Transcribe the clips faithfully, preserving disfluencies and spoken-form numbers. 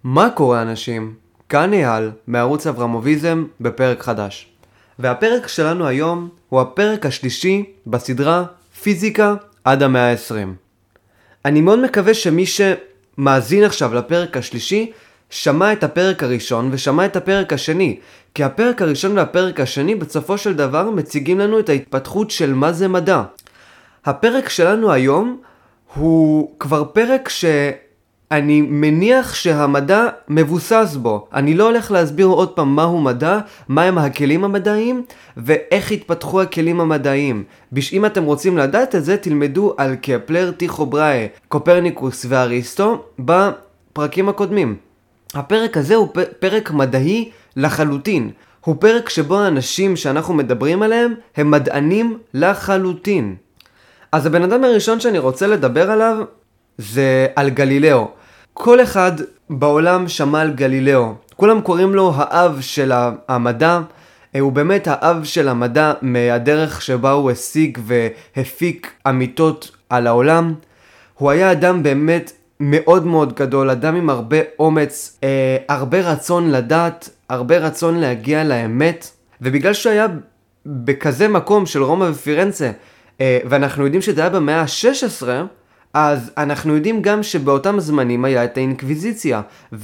מה קורה אנשים? כאן אייל מערוץ אברמוביזם בפרק חדש. והפרק שלנו היום הוא הפרק השלישי בסדרה פיזיקה עד המאה ה-עשרים. אני מאוד מקווה שמי שמאזין עכשיו לפרק השלישי שמע את הפרק הראשון ושמע את הפרק השני, כי הפרק הראשון והפרק השני בסופו של דבר מציגים לנו את ההתפתחות של מה זה מדע. הפרק שלנו היום הוא כבר פרק שאני מניח שהמדע מבוסס בו. אני לא הולך להסביר עוד פעם מהו מדע, מהם הכלים המדעיים ואיך התפתחו הכלים המדעיים. אם אתם רוצים לדעת את זה, תלמדו על קפלר, טיחו בראי, קופרניקוס ואריסטו בפרקים הקודמים. הפרק הזה הוא פרק מדעי לחלוטין. הוא פרק שבו האנשים שאנחנו מדברים עליהם הם מדענים לחלוטין. אז הבן אדם הראשון שאני רוצה לדבר עליו זה על גלילאו. כל אחד בעולם שמע על גלילאו. כולם קוראים לו האב של המדע. הוא באמת האב של המדע מהדרך שבה הוא השיג והפיק אמיתות על העולם. הוא היה אדם באמת מאוד מאוד גדול, אדם עם הרבה אומץ, אה, הרבה רצון לדעת, הרבה רצון להגיע לאמת. ובגלל שהוא היה בכזה מקום של רומא ופירנצה, אה, ואנחנו יודעים שזה היה במאה ה-שש עשרה, אז אנחנו יודעים גם שבאותם זמנים היה את האינקוויזיציה,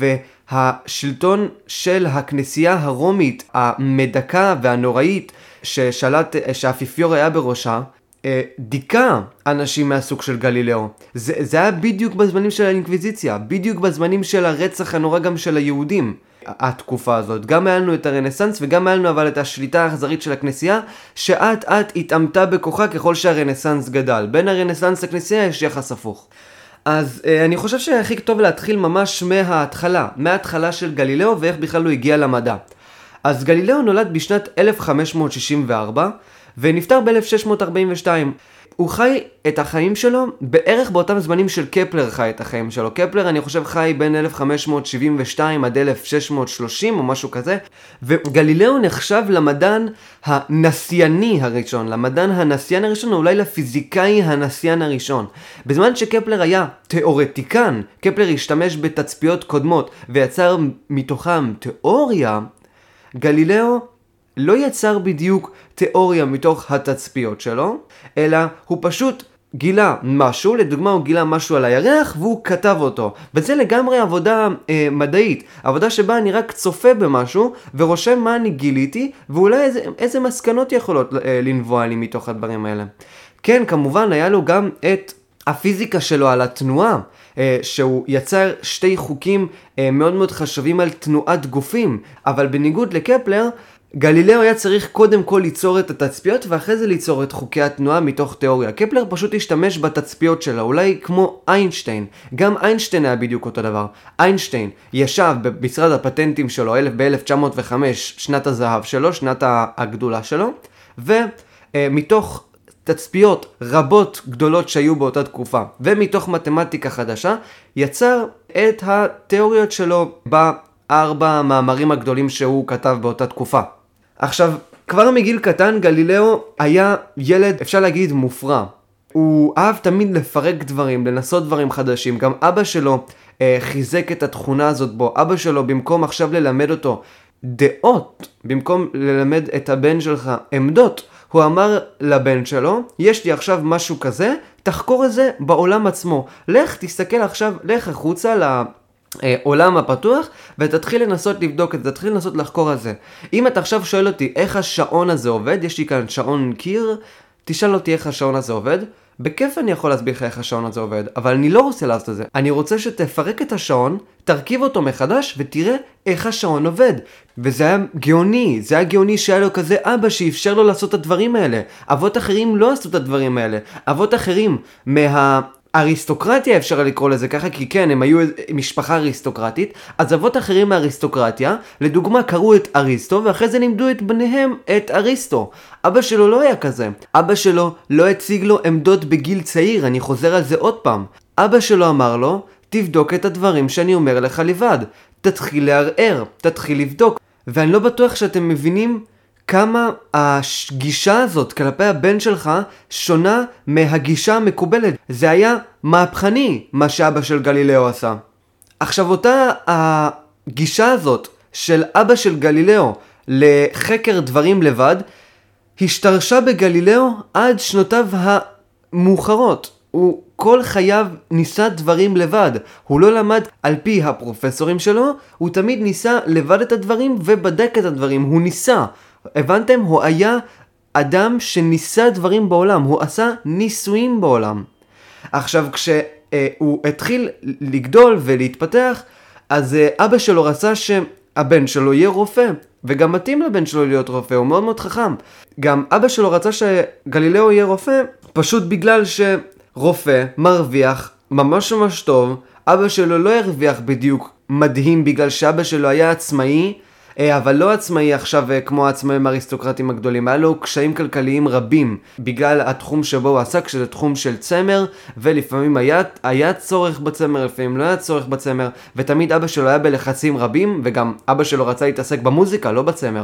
והשלטון של הכנסייה הרומית המדכא והנוראית ששלט, שהאפיפיור היה בראשה, דיכא אנשים מהסוג של גלילאו. זה, זה היה בדיוק בזמנים של האינקוויזיציה, בדיוק בזמנים של הרצח הנורא גם של היהודים. התקופה הזאת, גם היה לנו את הרנסנס וגם היה לנו אבל את השליטה האכזרית של הכנסייה שעט עט התאמתה בכוחה ככל שהרנסנס גדל. בין הרנסנס לכנסייה יש יחס הפוך. אז אה, אני חושב שהכי טוב להתחיל ממש מההתחלה, מההתחלה של גלילאו ואיך בכלל הוא הגיע למדע. אז גלילאו נולד בשנת אלף חמש מאות שישים וארבע ונפטר ב-אלף שש מאות ארבעים ושתיים. הוא חי את החיים שלו בערך באותם זמנים של קפלר חי את החיים שלו. קפלר אני חושב חי בין אלף חמש מאות שבעים ושתיים עד אלף שש מאות שלושים או משהו כזה. וגלילאו נחשב למדען הנסייני הראשון, למדען הנסיין הראשון, או אולי לפיזיקאי הנסיין הראשון. בזמן שקפלר היה תיאורטיקן, קפלר השתמש בתצפיות קודמות ויצר מתוכם תיאוריה, גלילאו לא יצר בדיוק תיאוריה מתוך התצפיות שלו, אלא הוא פשוט גילה משהו, לדוגמה הוא גילה משהו על הירח והוא כתב אותו. וזה לגמרי עבודה אה, מדעית, עבודה שבה אני רק צופה במשהו ורושם מה אני גיליתי, ואולי איזה, איזה מסקנות יכולות אה, לנבוע לי מתוך הדברים האלה. כן, כמובן היה לו גם את הפיזיקה שלו על התנועה, אה, שהוא יצר שתי חוקים אה, מאוד מאוד חשובים על תנועת גופים, אבל בניגוד לקפלר, גלילאו היה צריך קודם כל ליצור את התצפיות ואחרי זה ליצור את חוקי התנועה מתוך תיאוריה. קפלר פשוט השתמש בתצפיות שלה, אולי כמו איינשטיין. גם איינשטיין היה בדיוק אותו דבר. איינשטיין ישב במשרד הפטנטים שלו ב-אלף תשע מאות וחמש, שנת הזהב שלו, שנת הגדולה שלו, ומתוך תצפיות רבות גדולות שהיו באותה תקופה, ומתוך מתמטיקה חדשה, יצר את התיאוריות שלו בארבע המאמרים הגדולים שהוא כתב באותה תקופה. עכשיו, כבר מגיל קטן גלילאו היה ילד, אפשר להגיד, מופרע. הוא אהב תמיד לפרק דברים, לנסות דברים חדשים. גם אבא שלו אה, חיזק את התכונה הזאת בו. אבא שלו, במקום עכשיו ללמד אותו דעות, במקום ללמד את הבן שלך עמדות, הוא אמר לבן שלו, יש לי עכשיו משהו כזה, תחקור את זה בעולם עצמו. לך, תסתכל עכשיו, לך החוצה ל... עולם הפתוח, ותתחיל לנסות לבדוק את זה, תתחיל לנסות לחקור את זה. אם אתה עכשיו שואל אותי איך השעון הזה עובד, יש לי כאן שעון קיר, תשאל אותי איך השעון הזה עובד, בכיף אני יכול להסביר לך איך השעון הזה עובד, אבל אני לא רוצה לעשות את זה. אני רוצה שתפרק את השעון, תרכיב אותו מחדש, ותראה איך השעון עובד. וזה היה גאוני, זה היה גאוני שהיה לו כזה אבא שאפשר לו לעשות את הדברים האלה. אבות אחרים לא עשו את הדברים האלה. אבות אחרים מה... אריסטוקרטיה אפשר לקרוא לזה ככה, כי כן, הם היו משפחה אריסטוקרטית, אז אבות אחרים מהאריסטוקרטיה, לדוגמה קראו את אריסטו, ואחרי זה לימדו את בניהם את אריסטו. אבא שלו לא היה כזה. אבא שלו לא הציג לו עמדות בגיל צעיר, אני חוזר על זה עוד פעם. אבא שלו אמר לו, תבדוק את הדברים שאני אומר לך לבד. תתחיל לערער, תתחיל לבדוק. ואני לא בטוח שאתם מבינים כמה הגישה הזאת כלפי הבן שלך שונה מהגישה המקובלת. זה היה מהפכני מה שאבא של גלילאו עשה. עכשיו אותה הגישה הזאת של אבא של גלילאו לחקר דברים לבד, השתרשה בגלילאו עד שנותיו המאוחרות. הוא כל חייו ניסה דברים לבד. הוא לא למד על פי הפרופסורים שלו, הוא תמיד ניסה לבד את הדברים ובדק את הדברים. הוא ניסה. הבנתם? הוא היה אדם שניסה דברים בעולם. הוא עשה ניסויים בעולם. עכשיו כשהוא התחיל לגדול ולהתפתח, אז אבא שלו רצה שהבן שלו יהיה רופא. וגם מתאים לבן שלו להיות רופא, הוא מאוד מאוד חכם. גם אבא שלו רצה שגלילאו יהיה רופא, פשוט בגלל שרופא מרוויח ממש ממש טוב. אבא שלו לא הרוויח בדיוק מדהים בגלל שאבא שלו היה עצמאי, אבל לא עצמאי עכשיו כמו העצמאים האריסטוקרטים הגדולים. היה לו קשיים כלכליים רבים בגלל התחום שבו הוא עסק, שזה תחום של צמר, ולפעמים היה, היה צורך בצמר, לפעמים לא היה צורך בצמר, ותמיד אבא שלו היה בלחצים רבים, וגם אבא שלו רצה להתעסק במוזיקה, לא בצמר.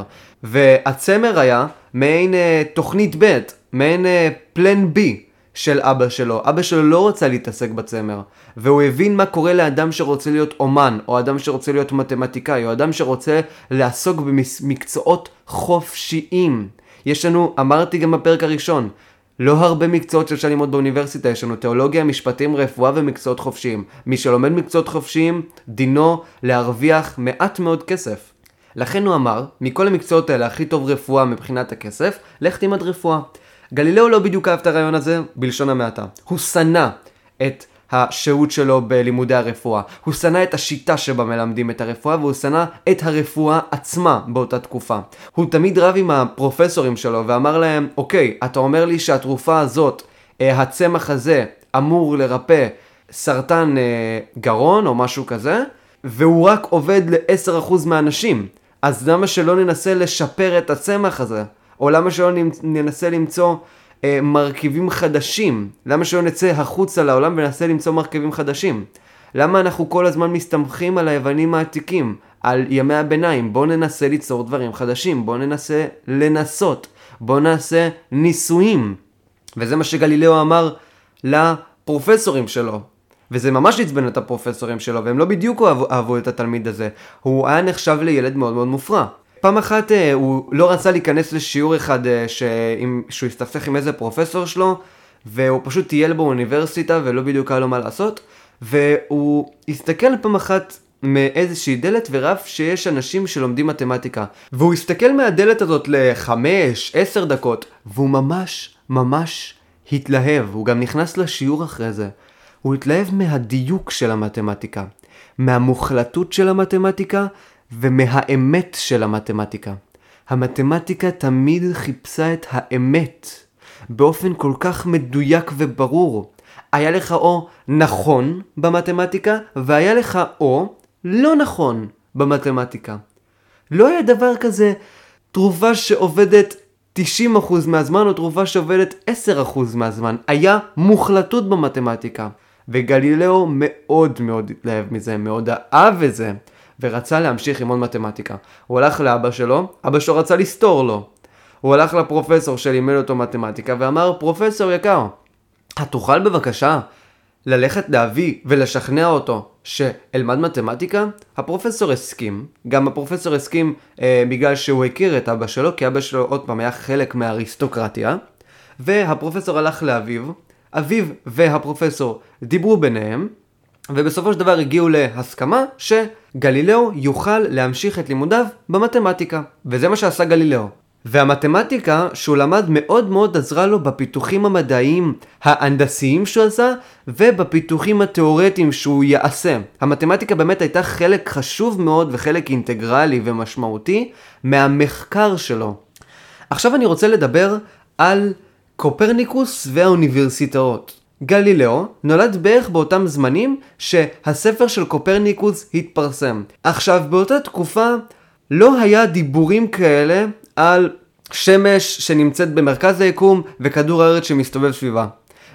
והצמר היה מעין אה, תוכנית ב', מעין אה, פלן בי של אבא שלו. אבא שלו לא רוצה להתעסק בצמר, והוא הבין מה קורה לאדם שרוצה להיות אומן, או אדם שרוצה להיות מתמטיקאי, או אדם שרוצה לעסוק במקצועות חופשיים. יש לנו, אמרתי גם בפרק הראשון, לא הרבה מקצועות שאפשר ללמוד באוניברסיטה. יש לנו תיאולוגיה, משפטים, רפואה ומקצועות חופשיים. מי שלומד מקצועות חופשיים, דינו להרוויח מעט מאוד כסף. לכן הוא אמר, מכל המקצועות האלה הכי טוב רפואה מבחינת הכסף, לך תלמד רפואה. גלילאו לא בדיוק אהב את הרעיון הזה, בלשון המעטה. הוא שנא את השהות שלו בלימודי הרפואה. הוא שנא את השיטה שבה מלמדים את הרפואה, והוא שנא את הרפואה עצמה באותה תקופה. הוא תמיד רב עם הפרופסורים שלו ואמר להם, אוקיי, אתה אומר לי שהתרופה הזאת, הצמח הזה, אמור לרפא סרטן גרון או משהו כזה, והוא רק עובד ל-עשרה אחוז מהאנשים. אז למה שלא ננסה לשפר את הצמח הזה? או למה שלא ננסה למצוא אה, מרכיבים חדשים? למה שלא נצא החוצה לעולם וננסה למצוא מרכיבים חדשים? למה אנחנו כל הזמן מסתמכים על היוונים העתיקים, על ימי הביניים? בואו ננסה ליצור דברים חדשים, בואו ננסה לנסות, בואו נעשה ניסויים. וזה מה שגלילאו אמר לפרופסורים שלו. וזה ממש עצבן את הפרופסורים שלו, והם לא בדיוק אהבו, אהבו את התלמיד הזה. הוא היה נחשב לילד מאוד מאוד מופרע. פעם אחת הוא לא רצה להיכנס לשיעור אחד שעם, שהוא הסתפסך עם איזה פרופסור שלו, והוא פשוט טייל באוניברסיטה ולא בדיוק היה לו מה לעשות, והוא הסתכל פעם אחת מאיזושהי דלת ורב שיש אנשים שלומדים מתמטיקה, והוא הסתכל מהדלת הזאת לחמש, עשר דקות, והוא ממש ממש התלהב. הוא גם נכנס לשיעור אחרי זה. הוא התלהב מהדיוק של המתמטיקה, מהמוחלטות של המתמטיקה, ומהאמת של המתמטיקה. המתמטיקה תמיד חיפשה את האמת באופן כל כך מדויק וברור. היה לך או נכון במתמטיקה, והיה לך או לא נכון במתמטיקה. לא היה דבר כזה תרופה שעובדת תשעים אחוז מהזמן או תרופה שעובדת עשרה אחוז מהזמן. היה מוחלטות במתמטיקה. וגלילאו מאוד מאוד התלהב מזה, מאוד אהב את זה, ורצה להמשיך ללמוד מתמטיקה. הוא הלך לאבא שלו, אבא שלו רצה לסתור לו. הוא הלך לפרופסור שלימד אותו מתמטיקה ואמר, פרופסור יקר, תוכל בבקשה ללכת לאבי ולשכנע אותו שאלמד מתמטיקה? הפרופסור הסכים. גם הפרופסור הסכים אה, בגלל שהוא הכיר את אבא שלו, כי אבא שלו עוד פעם היה חלק מהאריסטוקרטיה. והפרופסור הלך לאביו, אביו והפרופסור דיברו ביניהם, ובסופו של דבר הגיעו להסכמה שגלילאו יוכל להמשיך את לימודיו במתמטיקה. וזה מה שעשה גלילאו. והמתמטיקה שהוא למד מאוד מאוד עזרה לו בפיתוחים המדעיים ההנדסיים שהוא עשה, ובפיתוחים התיאורטיים שהוא יעשה. המתמטיקה באמת הייתה חלק חשוב מאוד וחלק אינטגרלי ומשמעותי מהמחקר שלו. עכשיו אני רוצה לדבר על קופרניקוס והאוניברסיטאות. גלילאו נולד בערך באותם זמנים שהספר של קופרניקוס התפרסם. עכשיו באותה תקופה לא היה דיבורים כאלה על שמש שנמצאת במרכז היקום וכדור הארץ שמסתובב סביבה.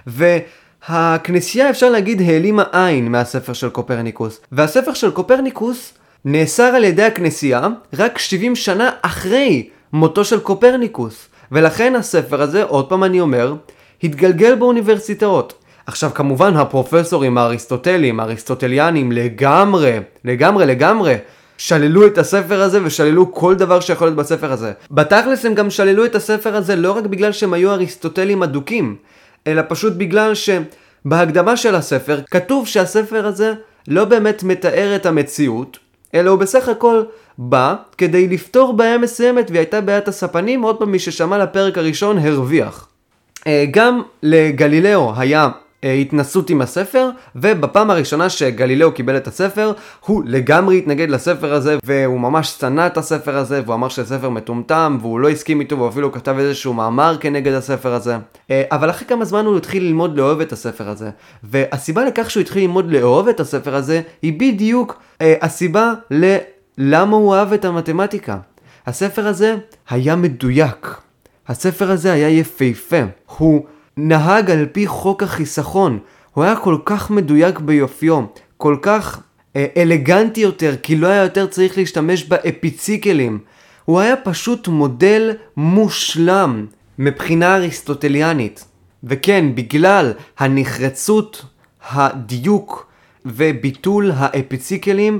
והכנסייה אפשר להגיד העלימה עין מהספר של קופרניקוס. והספר של קופרניקוס נאסר על ידי הכנסייה רק שבעים שנה אחרי מותו של קופרניקוס. ולכן הספר הזה, עוד פעם אני אומר, התגלגל באוניברסיטאות. עכשיו כמובן הפרופסורים האריסטוטלים, האריסטוטליאנים לגמרי, לגמרי, לגמרי, שללו את הספר הזה ושללו כל דבר שיכול להיות בספר הזה. בתכלס הם גם שללו את הספר הזה לא רק בגלל שהם היו אריסטוטלים אדוקים, אלא פשוט בגלל שבהקדמה של הספר כתוב שהספר הזה לא באמת מתאר את המציאות, אלא הוא בסך הכל בא כדי לפתור בעיה מסוימת, והיא הייתה בעיית הספנים. עוד פעם, מי ששמע לפרק הראשון הרוויח. גם לגלילאו היה התנסות עם הספר, ובפעם הראשונה שגלילאו קיבל את הספר, הוא לגמרי התנגד לספר הזה, והוא ממש שנא את הספר הזה, והוא אמר שהספר מטומטם, והוא לא הסכים איתו, ואפילו כתב איזשהו מאמר כנגד הספר הזה. אבל אחרי כמה זמן הוא התחיל ללמוד לאהוב את הספר הזה. והסיבה לכך שהוא התחיל ללמוד לאהוב את הספר הזה, היא בדיוק הסיבה ללמה הוא אהב את המתמטיקה. הספר הזה היה מדויק. הספר הזה היה יפהפה. הוא נהג על פי חוק החיסכון. הוא היה כל כך מדויק ביופיו, כל כך אה, אלגנטי יותר, כי לא היה יותר צריך להשתמש באפיציקלים. הוא היה פשוט מודל מושלם מבחינה אריסטוטליאנית. וכן, בגלל הנחרצות, הדיוק וביטול האפיציקלים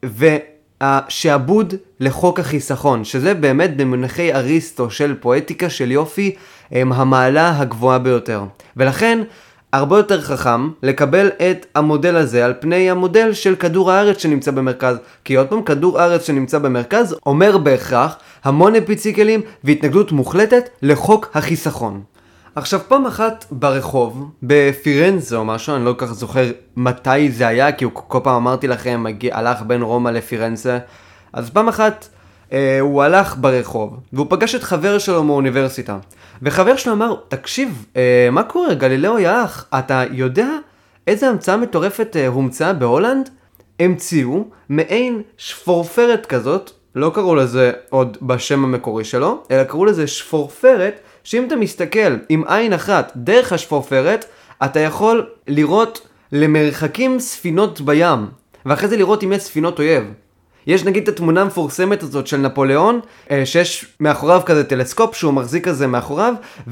והשעבוד לחוק החיסכון, שזה באמת במונחי אריסטו של פואטיקה של יופי, הם המעלה הגבוהה ביותר. ולכן הרבה יותר חכם לקבל את המודל הזה על פני המודל של כדור הארץ שנמצא במרכז. כי עוד פעם, כדור הארץ שנמצא במרכז אומר בהכרח המון אפיציקלים והתנגדות מוחלטת לחוק החיסכון. עכשיו, פעם אחת ברחוב, בפירנזה או משהו, אני לא כל כך זוכר מתי זה היה, כי כל פעם אמרתי לכם, הגיע, הלך בין רומא לפירנזה. אז פעם אחת אה, הוא הלך ברחוב, והוא פגש את חבר שלו מאוניברסיטה. וחבר שלו אמר, תקשיב, אה, מה קורה? גלילאו יאח, אתה יודע איזה המצאה מטורפת אה, הומצאה בהולנד? המציאו מעין שפורפרת כזאת, לא קראו לזה עוד בשם המקורי שלו, אלא קראו לזה שפורפרת, שאם אתה מסתכל עם עין אחת דרך השפורפרת, אתה יכול לראות למרחקים ספינות בים, ואחרי זה לראות אם יש ספינות אויב. יש נגיד את התמונה המפורסמת הזאת של נפוליאון, שיש מאחוריו כזה טלסקופ שהוא מחזיק כזה מאחוריו,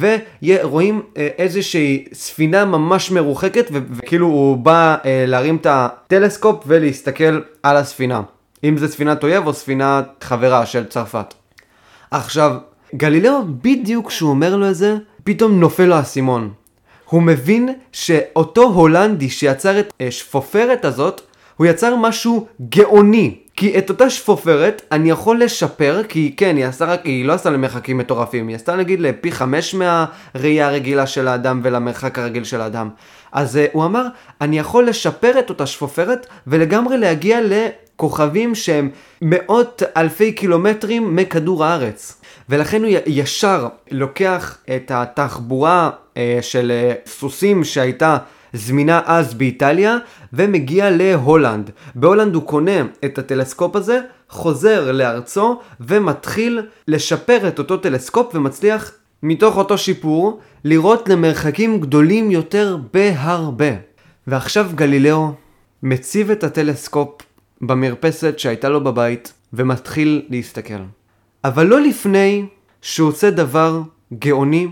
ורואים איזושהי ספינה ממש מרוחקת, וכאילו הוא בא להרים את הטלסקופ ולהסתכל על הספינה. אם זה ספינת אויב או ספינת חברה של צרפת. עכשיו, גלילאו בדיוק כשהוא אומר לו את זה, פתאום נופל לו הסימון. הוא מבין שאותו הולנדי שיצר את השפופרת הזאת, הוא יצר משהו גאוני. כי את אותה שפופרת אני יכול לשפר, כי כן, היא, עשה רק, היא לא עשה למרחקים מטורפים, היא עשתה נגיד לפי חמש מהראייה הרגילה של האדם ולמרחק הרגיל של האדם. אז uh, הוא אמר, אני יכול לשפר את אותה שפופרת ולגמרי להגיע לכוכבים שהם מאות אלפי קילומטרים מכדור הארץ. ולכן הוא ישר לוקח את התחבורה uh, של uh, סוסים שהייתה זמינה אז באיטליה, ומגיע להולנד. בהולנד הוא קונה את הטלסקופ הזה, חוזר לארצו, ומתחיל לשפר את אותו טלסקופ, ומצליח מתוך אותו שיפור לראות למרחקים גדולים יותר בהרבה. ועכשיו גלילאו מציב את הטלסקופ במרפסת שהייתה לו בבית, ומתחיל להסתכל. אבל לא לפני שהוא עושה דבר גאוני,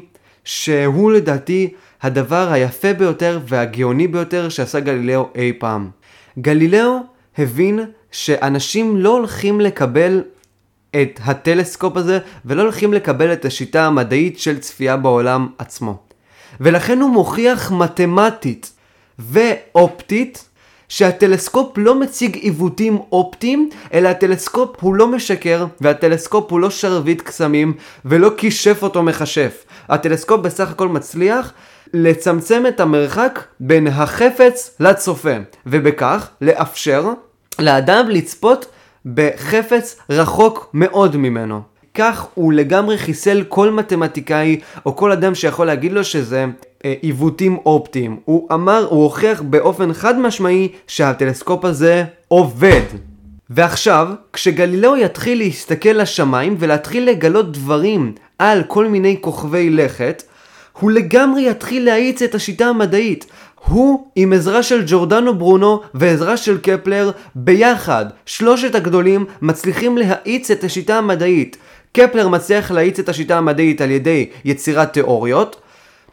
שהוא לדעתי הדבר היפה ביותר והגאוני ביותר שעשה גלילאו אי פעם. גלילאו הבין שאנשים לא הולכים לקבל את הטלסקופ הזה, ולא הולכים לקבל את השיטה המדעית של צפייה בעולם עצמו. ולכן הוא מוכיח מתמטית ואופטית, שהטלסקופ לא מציג עיוותים אופטיים, אלא הטלסקופ הוא לא משקר, והטלסקופ הוא לא שרביט קסמים, ולא כישף אותו מחשף. הטלסקופ בסך הכל מצליח לצמצם את המרחק בין החפץ לצופה, ובכך לאפשר לאדם לצפות בחפץ רחוק מאוד ממנו. כך הוא לגמרי חיסל כל מתמטיקאי או כל אדם שיכול להגיד לו שזה אה, עיוותים אופטיים. הוא אמר, הוא הוכיח באופן חד משמעי שהטלסקופ הזה עובד. ועכשיו, כשגלילאו יתחיל להסתכל לשמיים ולהתחיל לגלות דברים על כל מיני כוכבי לכת, הוא לגמרי יתחיל להאיץ את השיטה המדעית. הוא עם עזרה של ג'ורדנו ברונו ועזרה של קפלר ביחד, שלושת הגדולים מצליחים להאיץ את השיטה המדעית. קפלר מצליח להאיץ את השיטה המדעית על ידי יצירת תיאוריות,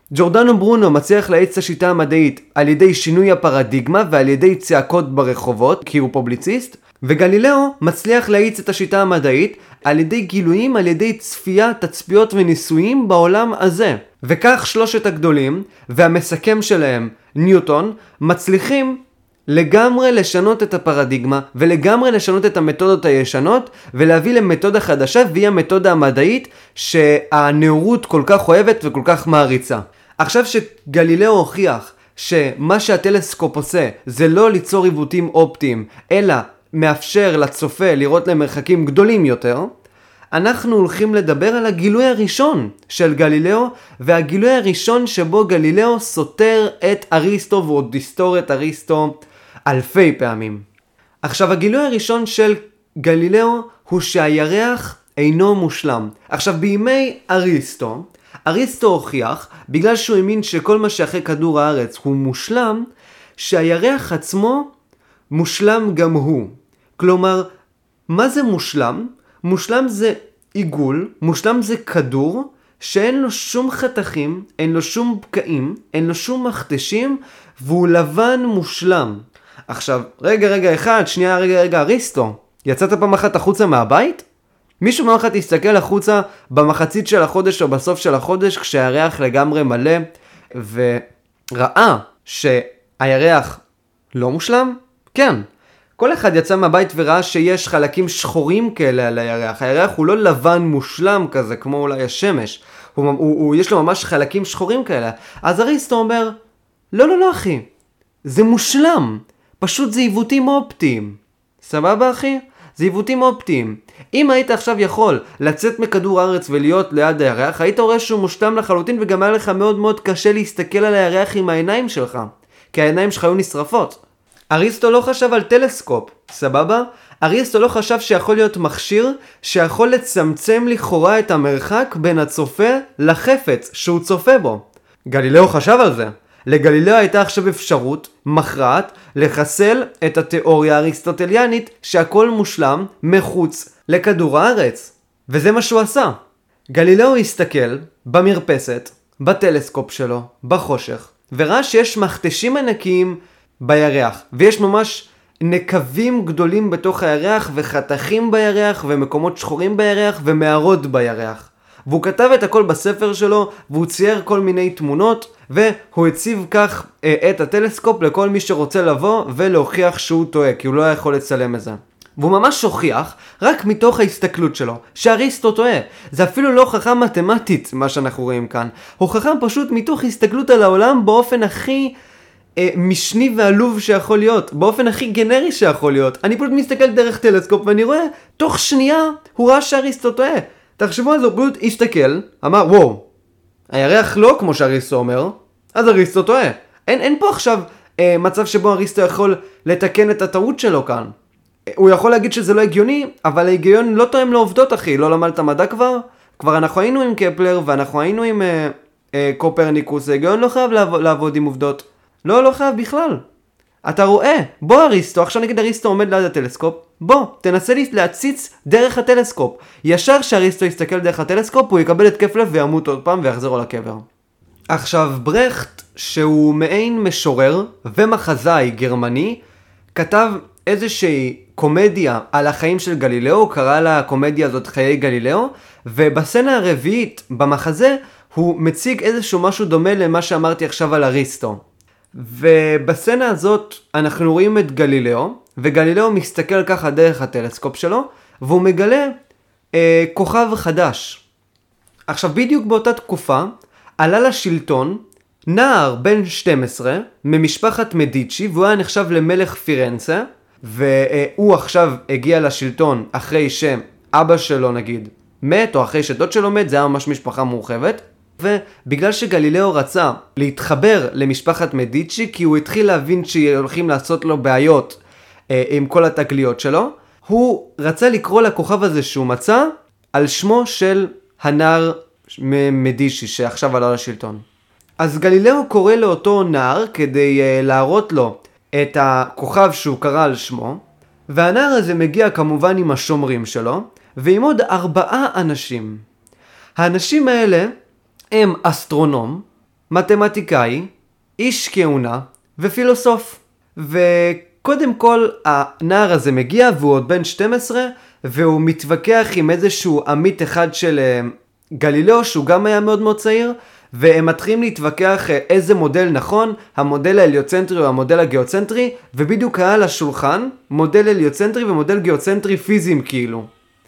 ג'ורדנו ברונו מצליח להאיץ את השיטה המדעית על ידי שינוי הפרדיגמה ועל ידי צעקות ברחובות, כי הוא פובליציסט, וגלילאו מצליח להאיץ את השיטה המדעית על ידי גילויים, על ידי צפייה, תצפיות וניסויים בעולם הזה. וכך שלושת הגדולים, והמסכם שלהם, ניוטון, מצליחים לגמרי לשנות את הפרדיגמה, ולגמרי לשנות את המתודות הישנות, ולהביא למתודה חדשה, והיא המתודה המדעית שהנאורות כל כך אוהבת וכל כך מעריצה. עכשיו שגלילאו הוכיח שמה שהטלסקופ עושה זה לא ליצור עיוותים אופטיים, אלא מאפשר לצופה לראות למרחקים גדולים יותר, אנחנו הולכים לדבר על הגילוי הראשון של גלילאו, והגילוי הראשון שבו גלילאו סותר את אריסטו ועוד יסתור את אריסטו אלפי פעמים. עכשיו, הגילוי הראשון של גלילאו הוא שהירח אינו מושלם. עכשיו, בימי אריסטו, אריסטו הוכיח, בגלל שהוא האמין שכל מה שאחרי כדור הארץ הוא מושלם, שהירח עצמו מושלם גם הוא. כלומר, מה זה מושלם? מושלם זה עיגול, מושלם זה כדור שאין לו שום חתכים, אין לו שום פקעים, אין לו שום מכתשים, והוא לבן מושלם. עכשיו, רגע רגע אחד, שנייה רגע רגע, אריסטו, יצאת פעם אחת החוצה מהבית? מישהו פעם אחת יסתכל החוצה במחצית של החודש או בסוף של החודש כשהירח לגמרי מלא, וראה שהירח לא מושלם? כן. כל אחד יצא מהבית וראה שיש חלקים שחורים כאלה על הירח. הירח הוא לא לבן מושלם כזה, כמו אולי השמש. הוא, הוא, הוא, יש לו ממש חלקים שחורים כאלה. אז אריסטו אומר, לא, לא, לא, אחי. זה מושלם. פשוט זה עיוותים אופטיים. סבבה, אחי? זה עיוותים אופטיים. אם היית עכשיו יכול לצאת מכדור הארץ ולהיות ליד הירח, היית רואה שהוא מושלם לחלוטין, וגם היה לך מאוד מאוד קשה להסתכל על הירח עם העיניים שלך. כי העיניים שלך היו נשרפות. אריסטו לא חשב על טלסקופ, סבבה? אריסטו לא חשב שיכול להיות מכשיר שיכול לצמצם לכאורה את המרחק בין הצופה לחפץ שהוא צופה בו. גלילאו חשב על זה. לגלילאו הייתה עכשיו אפשרות מכרעת לחסל את התיאוריה האריסטוטליאנית שהכל מושלם מחוץ לכדור הארץ. וזה מה שהוא עשה. גלילאו הסתכל במרפסת, בטלסקופ שלו, בחושך, וראה שיש מכתשים ענקיים בירח, ויש ממש נקבים גדולים בתוך הירח, וחתכים בירח, ומקומות שחורים בירח, ומערות בירח. והוא כתב את הכל בספר שלו, והוא צייר כל מיני תמונות, והוא הציב כך אה, את הטלסקופ לכל מי שרוצה לבוא ולהוכיח שהוא טועה, כי הוא לא יכול לצלם את זה. והוא ממש הוכיח רק מתוך ההסתכלות שלו שאריסטו טועה. זה אפילו לא הוכחה מתמטית מה שאנחנו רואים כאן. הוכחה פשוט מתוך הסתכלות על העולם באופן הכי אה, משני ועלוב שיכול להיות, באופן הכי גנרי שיכול להיות. אני פשוט מסתכל דרך טלסקופ ואני רואה, תוך שנייה הוא ראה שאריסטו טועה. תחשבו על זה, הוא פשוט הסתכל, אמר וואו, הירח לא כמו שאריסטו אומר, אז אריסטו טועה. אין, אין פה עכשיו אה, מצב שבו אריסטו יכול לתקן את הטעות שלו כאן. הוא יכול להגיד שזה לא הגיוני, אבל ההיגיון לא תואם לעובדות, אחי. לא למדת מדע כבר? כבר אנחנו היינו עם קפלר, ואנחנו היינו עם אה, אה, קופרניקוס. ההיגיון לא חייב לעבוד, לעבוד עם עובדות. לא, לא חייב בכלל. אתה רואה, בוא אריסטו, עכשיו נגיד אריסטו עומד ליד הטלסקופ, בוא, תנסה להציץ דרך הטלסקופ. ישר שאריסטו יסתכל דרך הטלסקופ, הוא יקבל את קפלר וימות עוד פעם ויחזרו לקבר. עכשיו, ברכט, שהוא מעין משורר ומחזאי גרמני, כתב איזושהי קומדיה על החיים של גלילאו, קרא לה הקומדיה הזאת חיי גלילאו, ובסצנה הרביעית במחזה הוא מציג איזשהו משהו דומה למה שאמרתי עכשיו על אריסטו. ובסצנה הזאת אנחנו רואים את גלילאו, וגלילאו מסתכל ככה דרך הטלסקופ שלו, והוא מגלה אה, כוכב חדש. עכשיו בדיוק באותה תקופה עלה לשלטון נער בן שתים עשרה ממשפחת מדיצ'י, והוא היה נחשב למלך פירנצה, והוא עכשיו הגיע לשלטון אחרי שאבא שלו נגיד מת, או אחרי שדוד שלו מת, זה היה ממש משפחה מורחבת. ובגלל שגלילאו רצה להתחבר למשפחת מדיצ'י, כי הוא התחיל להבין שהולכים לעשות לו בעיות אה, עם כל התגליות שלו, הוא רצה לקרוא לכוכב הזה שהוא מצא על שמו של הנער מדיצ'י שעכשיו עלה לשלטון. אז גלילאו קורא לאותו נער כדי אה, להראות לו את הכוכב שהוא קרא על שמו, והנער הזה מגיע כמובן עם השומרים שלו, ועם עוד ארבעה אנשים. האנשים האלה הם אסטרונום, מתמטיקאי, איש כהונה ופילוסוף. וקודם כל הנער הזה מגיע והוא עוד בן שתים עשרה והוא מתווכח עם איזשהו עמית אחד של גלילאו שהוא גם היה מאוד מאוד צעיר, והם מתחילים להתווכח איזה מודל נכון, המודל ההליוצנטרי או המודל הגיאוצנטרי, ובדיוק היה על השולחן מודל הליוצנטרי ומודל גיאוצנטרי פיזיים כאילו.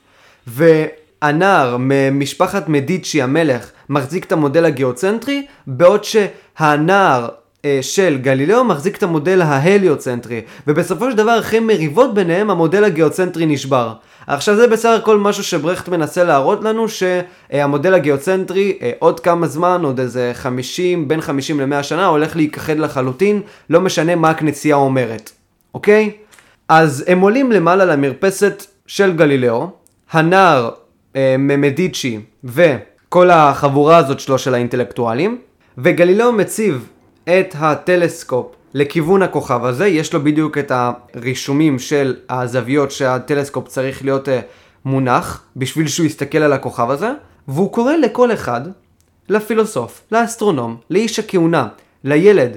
והנער ממשפחת מדיצ'י המלך מחזיק את המודל הגיאוצנטרי, בעוד שהנער של גלילאו מחזיק את המודל ההליוצנטרי, ובסופו של דבר אחרי מריבות ביניהם המודל הגיאוצנטרי נשבר. עכשיו זה בסך הכל משהו שברכט מנסה להראות לנו, שהמודל הגיאוצנטרי עוד כמה זמן, עוד איזה חמישים, בין חמישים למאה שנה, הולך להיכחד לחלוטין, לא משנה מה הכנסייה אומרת. אוקיי? אז הם עולים למעלה למרפסת של גלילאו, הנער ממדיצ'י וכל החבורה הזאת שלו של האינטלקטואלים, וגלילאו מציב את הטלסקופ לכיוון הכוכב הזה, יש לו בדיוק את הרישומים של הזוויות שהטלסקופ צריך להיות מונח בשביל שהוא יסתכל על הכוכב הזה, והוא קורא לכל אחד, לפילוסוף, לאסטרונום, לאיש הכהונה, לילד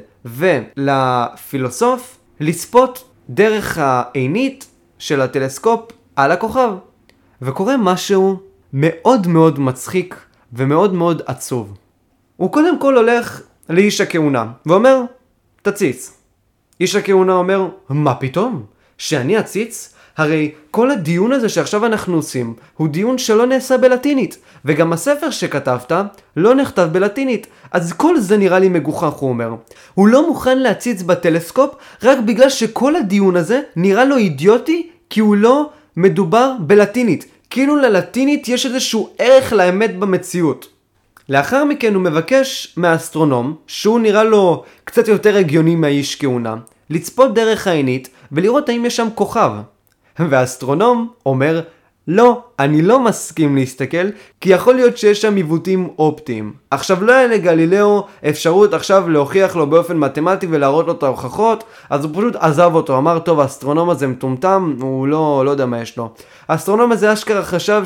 ולפילוסוף, לצפות דרך העינית של הטלסקופ על הכוכב. וקורה משהו מאוד מאוד מצחיק ומאוד מאוד עצוב. הוא קודם כל הולך לאיש הכהונה ואומר, תציץ. איש הכהונה אומר, מה פתאום? שאני אציץ? הרי כל הדיון הזה שעכשיו אנחנו עושים הוא דיון שלא נעשה בלטינית, וגם הספר שכתבת לא נכתב בלטינית, אז כל זה נראה לי מגוחך, הוא אומר. הוא לא מוכן להציץ בטלסקופ רק בגלל שכל הדיון הזה נראה לו אידיוטי, כי הוא לא מדובר בלטינית. כאילו ללטינית יש איזשהו ערך לאמת במציאות. לאחר מכן הוא מבקש מהאסטרונום, שהוא נראה לו קצת יותר הגיוני מהאיש כהונה, לצפות דרך העינית ולראות האם יש שם כוכב. והאסטרונום אומר, לא, אני לא מסכים להסתכל, כי יכול להיות שיש שם עיוותים אופטיים. עכשיו לא היה לגלילאו אפשרות עכשיו להוכיח לו באופן מתמטי ולהראות לו את ההוכחות, אז הוא פשוט עזב אותו, אמר, טוב, האסטרונום הזה מטומטם, הוא לא, לא יודע מה יש לו. האסטרונום הזה אשכרה חשב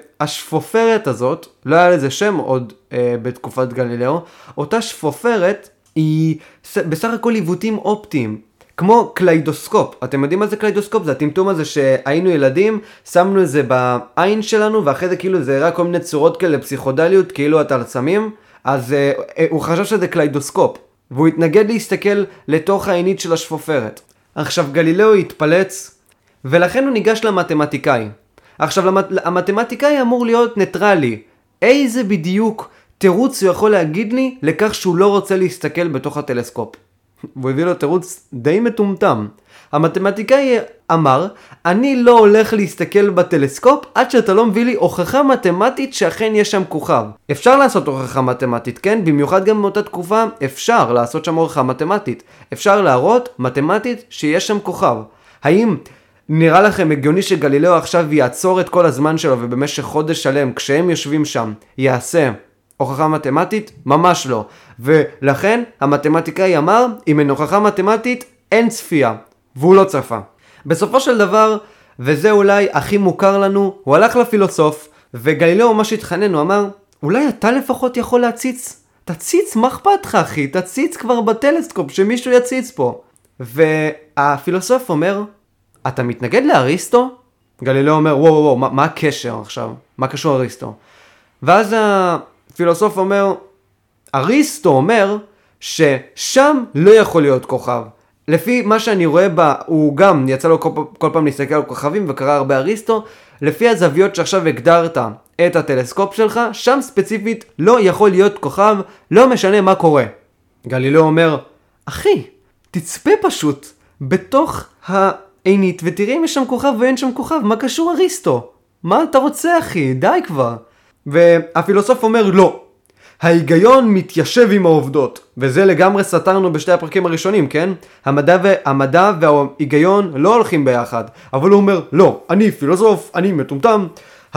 שהשפופרת הזאת, לא היה לזה שם עוד אה, בתקופת גלילאו, אותה שפופרת היא בסך הכל עיוותים אופטיים. כמו קליידוסקופ. אתם יודעים מה זה קליידוסקופ? זה הטמטום הזה שהיינו ילדים, שמנו את זה בעין שלנו, ואחרי זה כאילו זה רק כל מיני צורות כאלה פסיכודליות, כאילו אתה לסמים, אז אה, הוא חשב שזה קליידוסקופ, והוא התנגד להסתכל לתוך העינית של השפופרת. עכשיו גלילאו התפלץ, ולכן הוא ניגש למתמטיקאי. עכשיו למת... המתמטיקאי אמור להיות ניטרלי. איזה בדיוק תירוץ הוא יכול להגיד לי לכך שהוא לא רוצה להסתכל בתוך הטלסקופ? והוא הביא לו תירוץ די מטומטם. המתמטיקאי אמר, אני לא הולך להסתכל בטלסקופ עד שאתה לא מביא לי הוכחה מתמטית שאכן יש שם כוכב. אפשר לעשות הוכחה מתמטית, כן? במיוחד גם באותה תקופה אפשר לעשות שם הוכחה מתמטית. אפשר להראות מתמטית שיש שם כוכב. האם נראה לכם הגיוני שגלילאו עכשיו יעצור את כל הזמן שלו ובמשך חודש שלם כשהם יושבים שם יעשה הוכחה מתמטית? ממש לא. ולכן המתמטיקאי אמר, אם אין הוכחה מתמטית אין צפייה, והוא לא צפה. בסופו של דבר, וזה אולי הכי מוכר לנו, הוא הלך לפילוסוף, וגלילאו ממש התחנן, הוא אמר, אולי אתה לפחות יכול להציץ? תציץ, מה אכפת לך אחי? תציץ כבר בטלסקופ, שמישהו יציץ פה. והפילוסוף אומר, אתה מתנגד לאריסטו? גלילאו אומר, וואו וואו וואו, מה, מה הקשר עכשיו? מה קשור אריסטו? ואז הפילוסוף אומר, אריסטו אומר ששם לא יכול להיות כוכב. לפי מה שאני רואה בה, הוא גם יצא לו כל, כל פעם להסתכל על כוכבים וקרא הרבה אריסטו, לפי הזוויות שעכשיו הגדרת את הטלסקופ שלך, שם ספציפית לא יכול להיות כוכב, לא משנה מה קורה. גלילאו אומר, אחי, תצפה פשוט בתוך העינית ותראה אם יש שם כוכב ואין שם כוכב, מה קשור אריסטו? מה אתה רוצה אחי? די כבר. והפילוסוף אומר לא. ההיגיון מתיישב עם העובדות, וזה לגמרי סתרנו בשתי הפרקים הראשונים, כן? המדע, ו... המדע וההיגיון לא הולכים ביחד, אבל הוא אומר, לא, אני פילוסוף, אני מטומטם,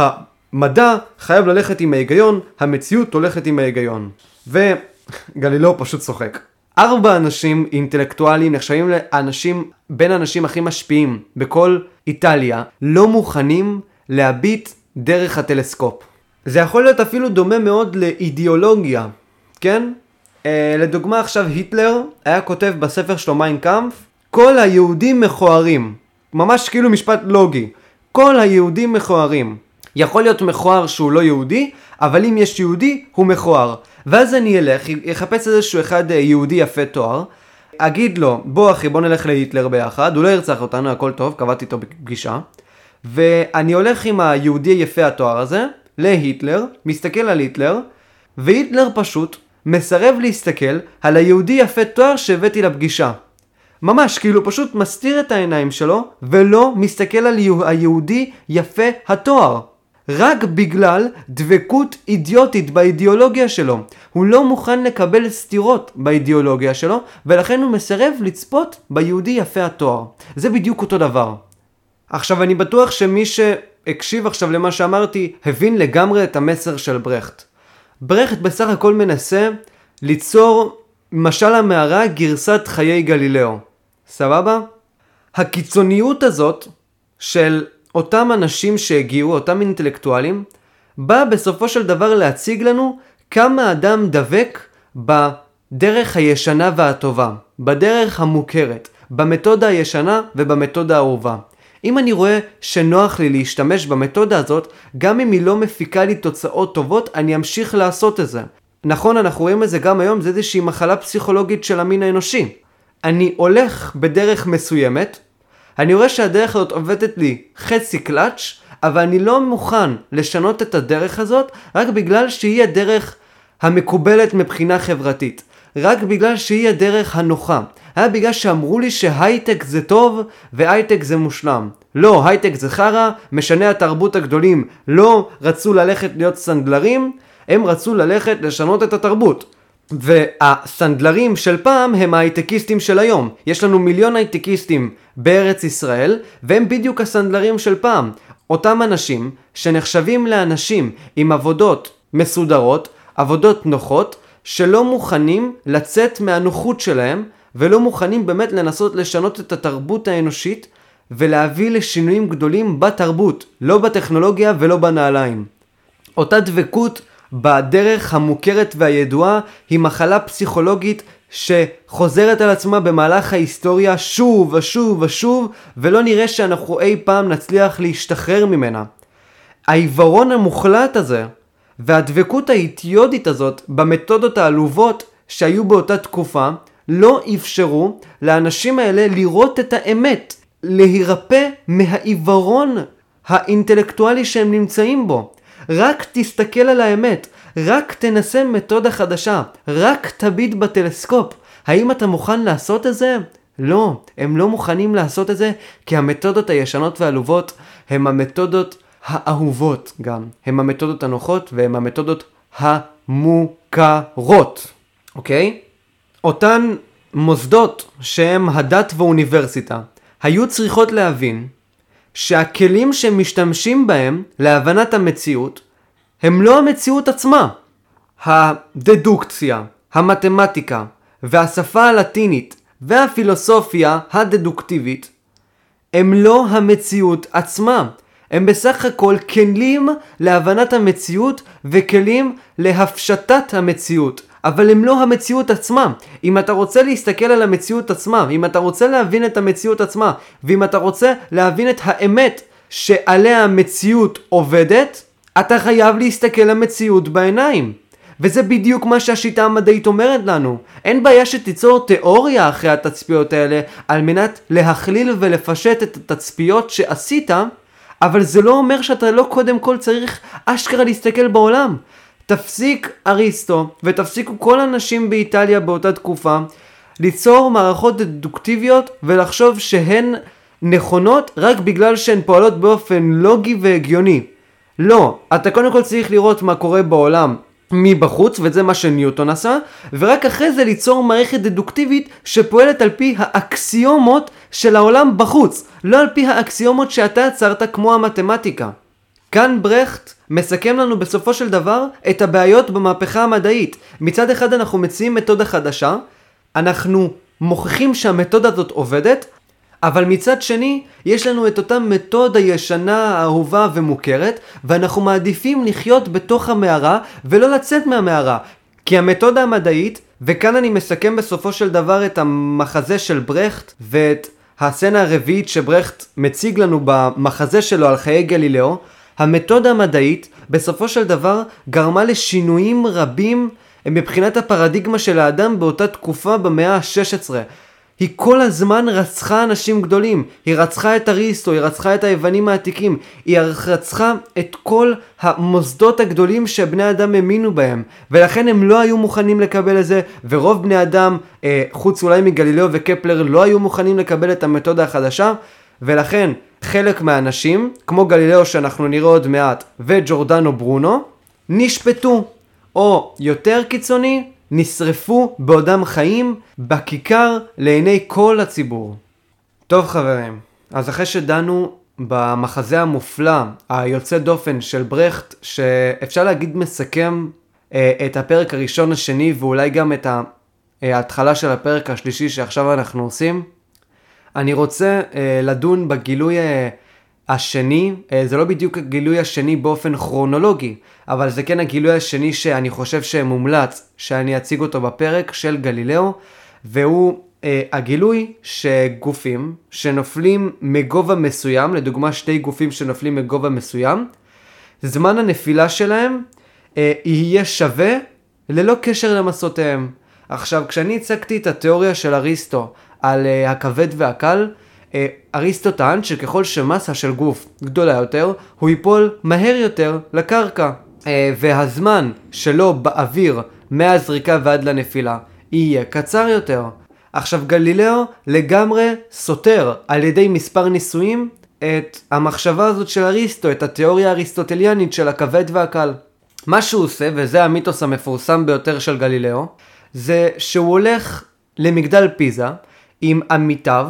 המדע חייב ללכת עם ההיגיון, המציאות הולכת עם ההיגיון. וגלילאו פשוט צוחק. ארבע אנשים אינטלקטואליים נחשבים לאנשים, בין האנשים הכי משפיעים בכל איטליה, לא מוכנים להביט דרך הטלסקופ. זה יכול להיות אפילו דומה מאוד לאידיאולוגיה, כן? לדוגמה עכשיו היטלר היה כותב בספר שלו מיין קאמפף, כל היהודים מכוערים. ממש כאילו משפט לוגי. כל היהודים מכוערים. יכול להיות מכוער שהוא לא יהודי, אבל אם יש יהודי, הוא מכוער. ואז אני אלך, יחפש איזשהו אחד יהודי יפה תואר, אגיד לו, בוא אחי, בוא נלך להיטלר ביחד, הוא לא ירצח אותנו, הכל טוב, קבעתי איתו בפגישה, ואני הולך עם היהודי היפה התואר הזה, להיטלר, מסתכל על היטלר, והיטלר פשוט מסרב להסתכל על היהודי יפה תואר שהבאתי לפגישה. ממש, כאילו פשוט מסתיר את העיניים שלו, ולא מסתכל על היהודי יפה התואר. רק בגלל דבקות אידיוטית באידיאולוגיה שלו. הוא לא מוכן לקבל סתירות באידיאולוגיה שלו, ולכן הוא מסרב לצפות ביהודי יפה התואר. זה בדיוק אותו דבר. עכשיו אני בטוח שמי שהקשיב עכשיו למה שאמרתי, הבין לגמרי את המסר של ברכט. ברכט בסך הכל מנסה ליצור משל המערה גרסת חיי גלילאו. סבבה? הקיצוניות הזאת של אותם אנשים שהגיעו, אותם אינטלקטואלים, בא בסופו של דבר להציג לנו כמה אדם דבק בדרך הישנה והטובה, בדרך המוכרת, במתודה הישנה ובמתודה האהובה. אם אני רואה שנוח לי להשתמש במתודה הזאת, גם אם היא לא מפיקה לי תוצאות טובות, אני אמשיך לעשות את זה. נכון, אנחנו רואים את זה גם היום, זה איזושהי מחלה פסיכולוגית של המין האנושי. אני הולך בדרך מסוימת, אני רואה שהדרך הזאת עובדת לי חצי קלאץ', אבל אני לא מוכן לשנות את הדרך הזאת, רק בגלל שהיא הדרך המקובלת מבחינה חברתית. רק בגלל שהיא הדרך הנוחה. היה בגלל שאמרו לי שהייטק זה טוב והייטק זה מושלם. לא, הייטק זה חרה, משנה התרבות הגדולים לא רצו ללכת להיות סנדלרים, הם רצו ללכת לשנות את התרבות. והסנדלרים של פעם הם ההייטקיסטים של היום. יש לנו מיליון הייטקיסטים בארץ ישראל, והם בדיוק הסנדלרים של פעם. אותם אנשים שנחשבים לאנשים עם עבודות מסודרות, עבודות נוחות, שלא מוכנים לצאת מהנוחות שלהם, ולא מוכנים באמת לנסות לשנות את התרבות האנושית, ולהביא לשינויים גדולים בתרבות, לא בטכנולוגיה ולא בנעליים. אותה דבקות בדרך המוכרת והידועה היא מחלה פסיכולוגית שחוזרת על עצמה במהלך ההיסטוריה שוב ושוב ושוב, ולא נראה שאנחנו אי פעם נצליח להשתחרר ממנה. העיוורון המוחלט הזה והדבקות האידיוטית הזאת במתודות העלובות שהיו באותה תקופה לא אפשרו לאנשים האלה לראות את האמת, להירפא מהעיוורון האינטלקטואלי שהם נמצאים בו. רק תסתכל על האמת, רק תנסה מתודה חדשה, רק תביט בטלסקופ. האם אתה מוכן לעשות את זה? לא, הם לא מוכנים לעשות את זה, כי המתודות הישנות והעלובות הם המתודות האהובות גם. הם המתודות הנוחות והם המתודות המוכרות. אוקיי? אותן מוסדות שהם הדת ואוניברסיטה, היו צריכות להבין שהכלים שהם משתמשים בהם להבנת המציאות הם לא המציאות עצמה. הדדוקציה, המתמטיקה והשפה הלטינית והפילוסופיה הדדוקטיבית הם לא המציאות עצמה. הם בסך הכל כלים להבנת המציאות וכלים להפשטת המציאות. אבל הם לא המציאות עצמה. אם אתה רוצה להסתכל על המציאות עצמה, אם אתה רוצה להבין את המציאות עצמה, ואם אתה רוצה להבין את האמת שעליה המציאות עובדת, אתה חייב להסתכל למציאות בעיניים. וזה בדיוק מה שהשיטה המדעית אומרת לנו. אין בעיה שתיצור תיאוריה אחרי התצפיות האלה, על מנת להכליל ולפשט את התצפיות שעשית, אבל זה לא אומר שאתה לא קודם כל צריך אשכרה להסתכל בעולם. תפסיק אריסטו ותפסיקו כל אנשים באיטליה באותה תקופה ליצור מערכות דדוקטיביות ולחשוב שהן נכונות רק בגלל שהן פועלות באופן לוגי והגיוני. לא, אתה קודם כל צריך לראות מה קורה בעולם מבחוץ, וזה מה שניוטון עשה, ורק אחרי זה ליצור מערכת דדוקטיבית שפועלת על פי האקסיומות של העולם בחוץ, לא על פי האקסיומות שאתה יצרת כמו המתמטיקה. כאן ברכט מסכם לנו בסופו של דבר את הבעיות במהפכה המדעית. מצד אחד אנחנו מציעים מתודה חדשה, אנחנו מוכיחים שהמתודה הזאת עובדת, אבל מצד שני יש לנו את אותה מתודה ישנה, אהובה ומוכרת, ואנחנו מעדיפים לחיות בתוך המערה ולא לצאת מהמערה. כי המתודה המדעית, וכאן אני מסכם בסופו של דבר את המחזה של ברכט, ואת הסצנה הרביעית שברכט מציג לנו במחזה שלו על חיי גלילאו, המתודה המדעית בסופו של דבר גרמה לשינויים רבים מבחינת הפרדיגמה של האדם באותה תקופה במאה ה-שש עשרה. היא כל הזמן רצחה אנשים גדולים, היא רצחה את אריסטו, היא רצחה את היוונים העתיקים, היא רצחה את כל המוסדות הגדולים שבני אדם האמינו בהם, ולכן הם לא היו מוכנים לקבל את זה, ורוב בני אדם, אה, חוץ אולי מגלילאו וקפלר, לא היו מוכנים לקבל את המתודה החדשה, ולכן חלק מהאנשים, כמו גלילאו שאנחנו נראה עוד מעט, וג'ורדנו ברונו, נשפטו, או יותר קיצוני, נשרפו בעודם חיים בכיכר לעיני כל הציבור. טוב חברים, אז אחרי שדנו במחזה המופלא, היוצא דופן של ברכט, שאפשר להגיד מסכם אה, את הפרק הראשון השני, ואולי גם את ההתחלה של הפרק השלישי שעכשיו אנחנו עושים, אני רוצה אה, לדון בגילוי אה, השני, אה, זה לא בדיוק הגילוי השני באופן כרונולוגי, אבל זה כן הגילוי השני שאני חושב שמומלץ שאני אציג אותו בפרק של גלילאו, והוא אה, הגילוי שגופים שנופלים מגובה מסוים, לדוגמה שתי גופים שנופלים מגובה מסוים, זמן הנפילה שלהם אה, יהיה שווה ללא קשר למסותיהם. עכשיו, כשאני הצגתי את התיאוריה של אריסטו על uh, הכבד והקל, uh, אריסטו טען שככל שמסה של גוף גדולה יותר, הוא ייפול מהר יותר לקרקע, uh, והזמן שלו באוויר מהזריקה ועד לנפילה יהיה קצר יותר. עכשיו גלילאו לגמרי סותר על ידי מספר ניסויים את המחשבה הזאת של אריסטו, את התיאוריה האריסטוטליאנית של הכבד והקל. מה שהוא עושה, וזה המיתוס המפורסם ביותר של גלילאו, זה שהוא הולך למגדל פיזה עם עמיתיו,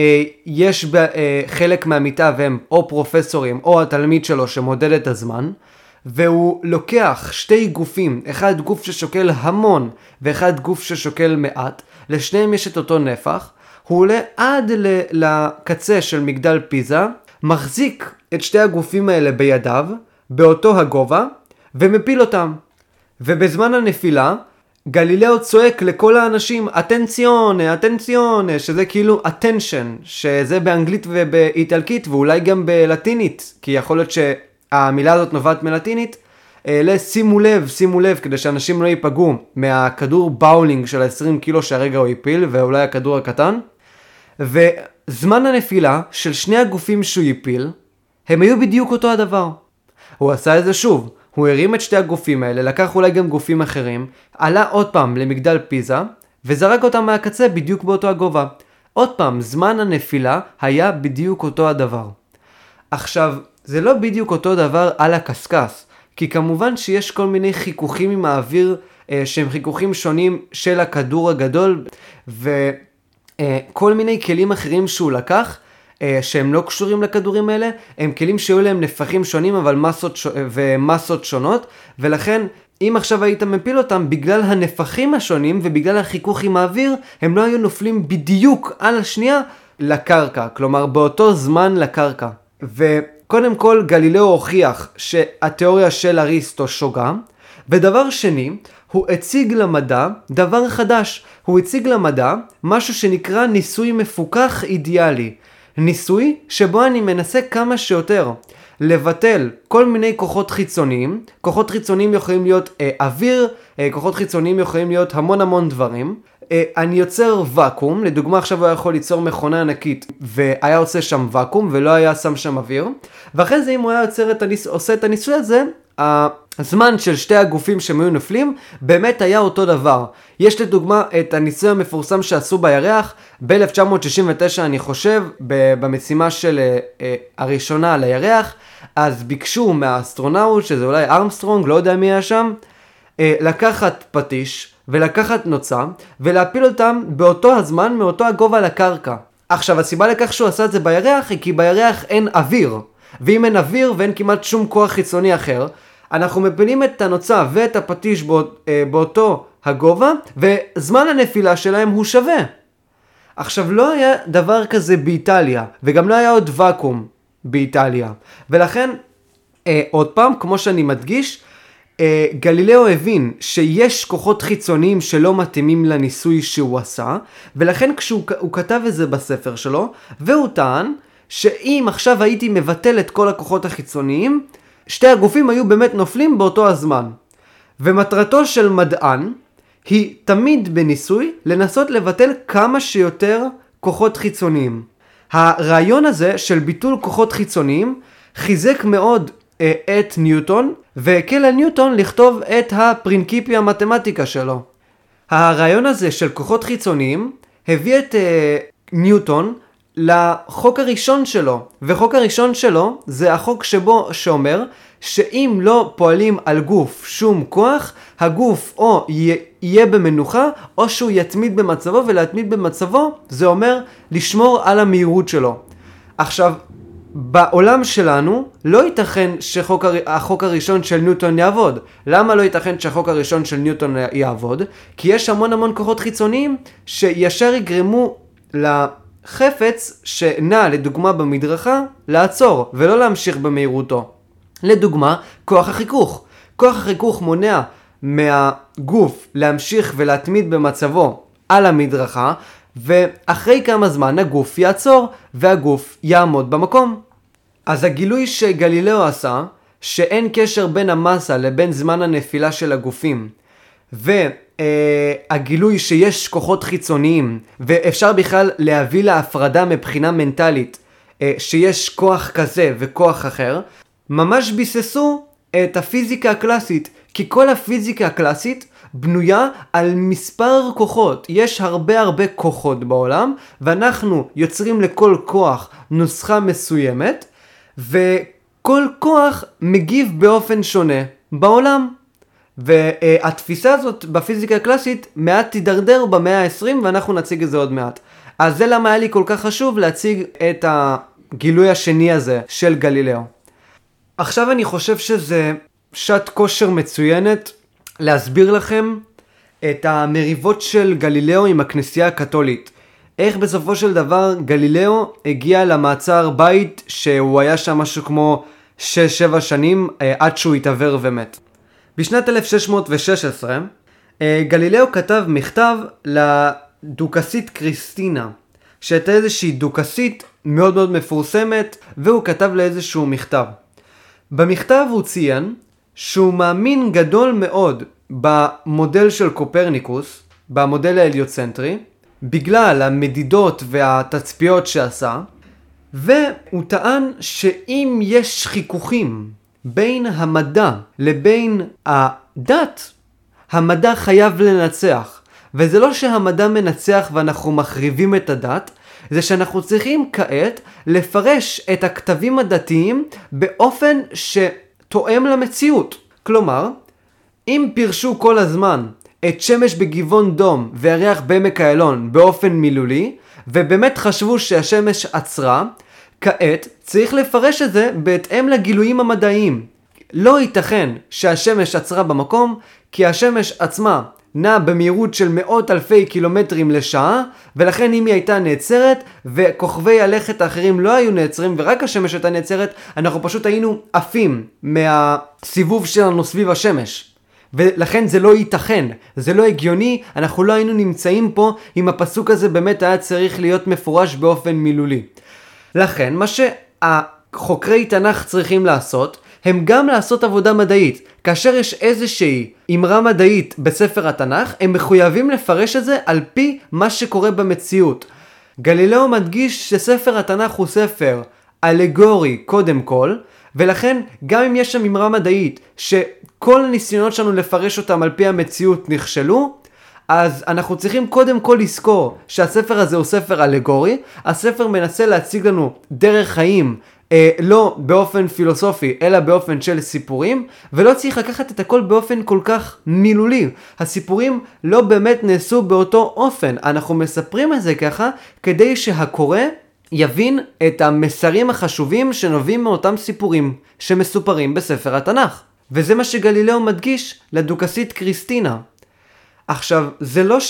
יש חלק מהעמיתיו הם או פרופסורים או התלמיד שלו שמודד את הזמן, והוא לוקח שתי גופים, אחד גוף ששוקל המון ואחד גוף ששוקל מעט, לשניהם יש את אותו נפח, הוא עולה עד לקצה של מגדל פיזה, מחזיק את שתי הגופים האלה בידיו, באותו הגובה, ומפיל אותם. ובזמן הנפילה, גלילאו צועק לכל האנשים, אטנציונה, אטנציונה, שזה כאילו attention, שזה באנגלית ובאיטלקית, ואולי גם בלטינית, כי יכול להיות שהמילה הזאת נובעת מלטינית, לשימו לב, שימו לב, כדי שאנשים לא ייפגעו מהכדור באולינג של ה-עשרים קילו שהרגע הוא יפיל, ואולי הכדור הקטן. וזמן הנפילה של שני הגופים שהוא יפיל, הם היו בדיוק אותו הדבר. הוא עשה את זה שוב. הוא הרים את שתי הגופים האלה, לקח אולי גם גופים אחרים, עלה עוד פעם למגדל פיזה, וזרק אותם מהקצה בדיוק באותו הגובה. עוד פעם, זמן הנפילה היה בדיוק אותו הדבר. עכשיו, זה לא בדיוק אותו דבר על הקסקס, כי כמובן שיש כל מיני חיכוכים עם האוויר, אה, שהם חיכוכים שונים של הכדור הגדול, וכל מיני כלים אחרים שהוא לקח, שהם לא קשורים לכדורים האלה, הם כלים שהיו להם נפחים שונים אבל מסות ש... ומסות שונות, ולכן אם עכשיו היית מפיל אותם בגלל הנפחים השונים ובגלל החיכוך עם האוויר, הם לא היו נופלים בדיוק על השנייה לקרקע, כלומר באותו זמן לקרקע. וקודם כל גלילאו הוכיח שהתיאוריה של אריסטו שוגה, ודבר שני, הוא הציג למדע דבר חדש, הוא הציג למדע משהו שנקרא ניסוי מפוקח אידיאלי. ניסוי שבו אני מנסה כמה שיותר לבטל כל מיני כוחות חיצוניים. כוחות חיצוניים יכולים להיות אה, אוויר, אה, כוחות חיצוניים יכולים להיות המון המון דברים. אה, אני יוצר וקום, לדוגמה עכשיו הוא יכול ליצור מכונה ענקית והיה עושה שם וקום ולא היה שם שם אוויר, ואחרי זה אם הוא היה יוצר את הניס... עושה את הניסוי הזה, הזמן של שתי הגופים שהם היו נופלים באמת היה אותו דבר. יש לדוגמה את הניסוי המפורסם שעשו בירח ב-אלף תשע מאות שישים ותשע, אני חושב, במשימה של אה, הראשונה על הירח, אז ביקשו מהאסטרונאוט, שזה אולי ארמסטרונג, לא יודע מי היה שם, אה, לקחת פטיש ולקחת נוצה ולהפיל אותם באותו הזמן מאותו הגובה לקרקע. עכשיו הסיבה לכך שהוא עשה את זה בירח היא כי בירח אין אוויר, ואם אין אוויר ואין כמעט שום כוח חיצוני אחר, אנחנו מפילים את הנוצה ואת הפטיש באות, אה, באותו הגובה, וזמן הנפילה שלהם הוא שווה. עכשיו לא היה דבר כזה באיטליה, וגם לא היה עוד וקום באיטליה, ולכן אה, עוד פעם, כמו שאני מדגיש, גלילאו הבין שיש כוחות חיצוניים שלא מתאימים לניסוי שהוא עשה, ולכן כשהוא הוא כתב את זה בספר שלו, והוא טען שאם עכשיו הייתי מבטל את כל הכוחות החיצוניים, שתי הגופים היו באמת נופלים באותו הזמן. ומטרתו של מדען היא תמיד בניסוי לנסות לבטל כמה שיותר כוחות חיצוניים. הרעיון הזה של ביטול כוחות חיצוניים חיזק מאוד אה, את ניוטון, והקל על ניוטון לכתוב את הפרינקיפיה מתמטיקה שלו. הרעיון הזה של כוחות חיצוניים הביא את אה, ניוטון לחוק הראשון שלו, וחוק הראשון שלו זה החוק שבו שאומר שאם לא פועלים על גוף שום כוח, הגוף או יהיה במנוחה או שהוא יתמיד במצבו, ולהתמיד במצבו זה אומר לשמור על המהירות שלו. עכשיו, בעולם שלנו לא ייתכן שהחוק הראשון של ניוטון יעבוד. למה לא ייתכן שהחוק הראשון של ניוטון יעבוד? כי יש המון המון כוחות חיצוניים שישר יגרמו לחפץ שנע לדוגמה במדרכה לעצור ולא להמשיך במהירותו. לדוגמה, כוח החיכוך. כוח החיכוך מונע מהגוף להמשיך ולהתמיד במצבו על המדרכה, ואחרי כמה זמן הגוף יעצור והגוף יעמוד במקום. אז הגילוי שגלילאו עשה, שאין קשר בין המסה לבין זמן הנפילה של הגופים, והגילוי שיש כוחות חיצוניים, ואפשר בכלל להביא להפרדה מבחינה מנטלית, שיש כוח כזה וכוח אחר, ממש ביססו את הפיזיקה הקלאסית, כי כל הפיזיקה הקלאסית בנויה על מספר כוחות. יש הרבה הרבה כוחות בעולם, ואנחנו יוצרים לכל כוח נוסחה מסוימת, וכל כוח מגיב באופן שונה בעולם. והתפיסה הזאת בפיזיקה הקלאסית מעט תידרדר במאה ה-עשרים, ואנחנו נציג את זה עוד מעט. אז זה למה היה לי כל כך חשוב להציג את הגילוי השני הזה של גלילאו. עכשיו אני חושב שזה שעת כושר מצוינת להסביר לכם את המריבות של גלילאו עם הכנסייה הקתולית. איך בסופו של דבר גלילאו הגיע למעצר בית שהוא היה שם משהו כמו שש שבע שנים עד שהוא התעבר ומת. בשנת אלף שש מאות ושש עשרה גלילאו כתב מכתב לדוכסית קריסטינה, שהייתה איזושהי דוכסית מאוד מאוד מפורסמת, והוא כתב לה איזשהו מכתב. במכתב הוא ציין שהוא מאמין גדול מאוד במודל של קופרניקוס, במודל ההליוצנטרי, בגלל המדידות והתצפיות שעשה, והוא טען שאם יש חיכוכים בין המדע לבין הדת, המדע חייב לנצח. וזה לא שהמדע מנצח ואנחנו מחריבים את הדת, זה שאנחנו צריכים כעת לפרש את הכתבים הדתיים באופן שתואם למציאות. כלומר, אם פירשו כל הזמן את שמש בגבעון דום וירח בעמק איילון באופן מילולי, ובאמת חשבו שהשמש עצרה, כעת צריך לפרש את זה בהתאם לגילויים המדעיים. לא ייתכן שהשמש עצרה במקום, כי השמש עצמה נע במהירות של מאות אלפי קילומטרים לשעה, ולכן אם היא הייתה נעצרת וכוכבי הלכת האחרים לא היו נעצרים ורק השמש הייתה נעצרת, אנחנו פשוט היינו עפים מהסיבוב שלנו סביב השמש. ולכן זה לא ייתכן, זה לא הגיוני, אנחנו לא היינו נמצאים פה אם הפסוק הזה באמת היה צריך להיות מפורש באופן מילולי. לכן מה שהחוקרי תנ"ך צריכים לעשות, הם גם לעשות עבודה מדעית. כאשר יש איזושהי אמרה מדעית בספר התנ"ך, הם מחויבים לפרש את זה על פי מה שקורה במציאות. גלילאו מדגיש שספר התנ"ך הוא ספר אלגורי קודם כל, ולכן גם אם יש שם אמרה מדעית שכל הניסיונות שלנו לפרש אותם על פי המציאות נכשלו, אז אנחנו צריכים קודם כל לזכור שהספר הזה הוא ספר אלגורי. הספר מנסה להציג לנו דרך חיים, אה, לא באופן פילוסופי, אלא באופן של סיפורים, ולא צריך לקחת את הכל באופן כל כך מילולי. הסיפורים לא באמת נעשו באותו אופן. אנחנו מספרים את זה ככה כדי שהקורא יבין את המסרים החשובים שנובעים מאותם סיפורים שמסופרים בספר התנ"ך. וזה מה שגלילאו מדגיש לדוכסית קריסטינה. עכשיו, זה לא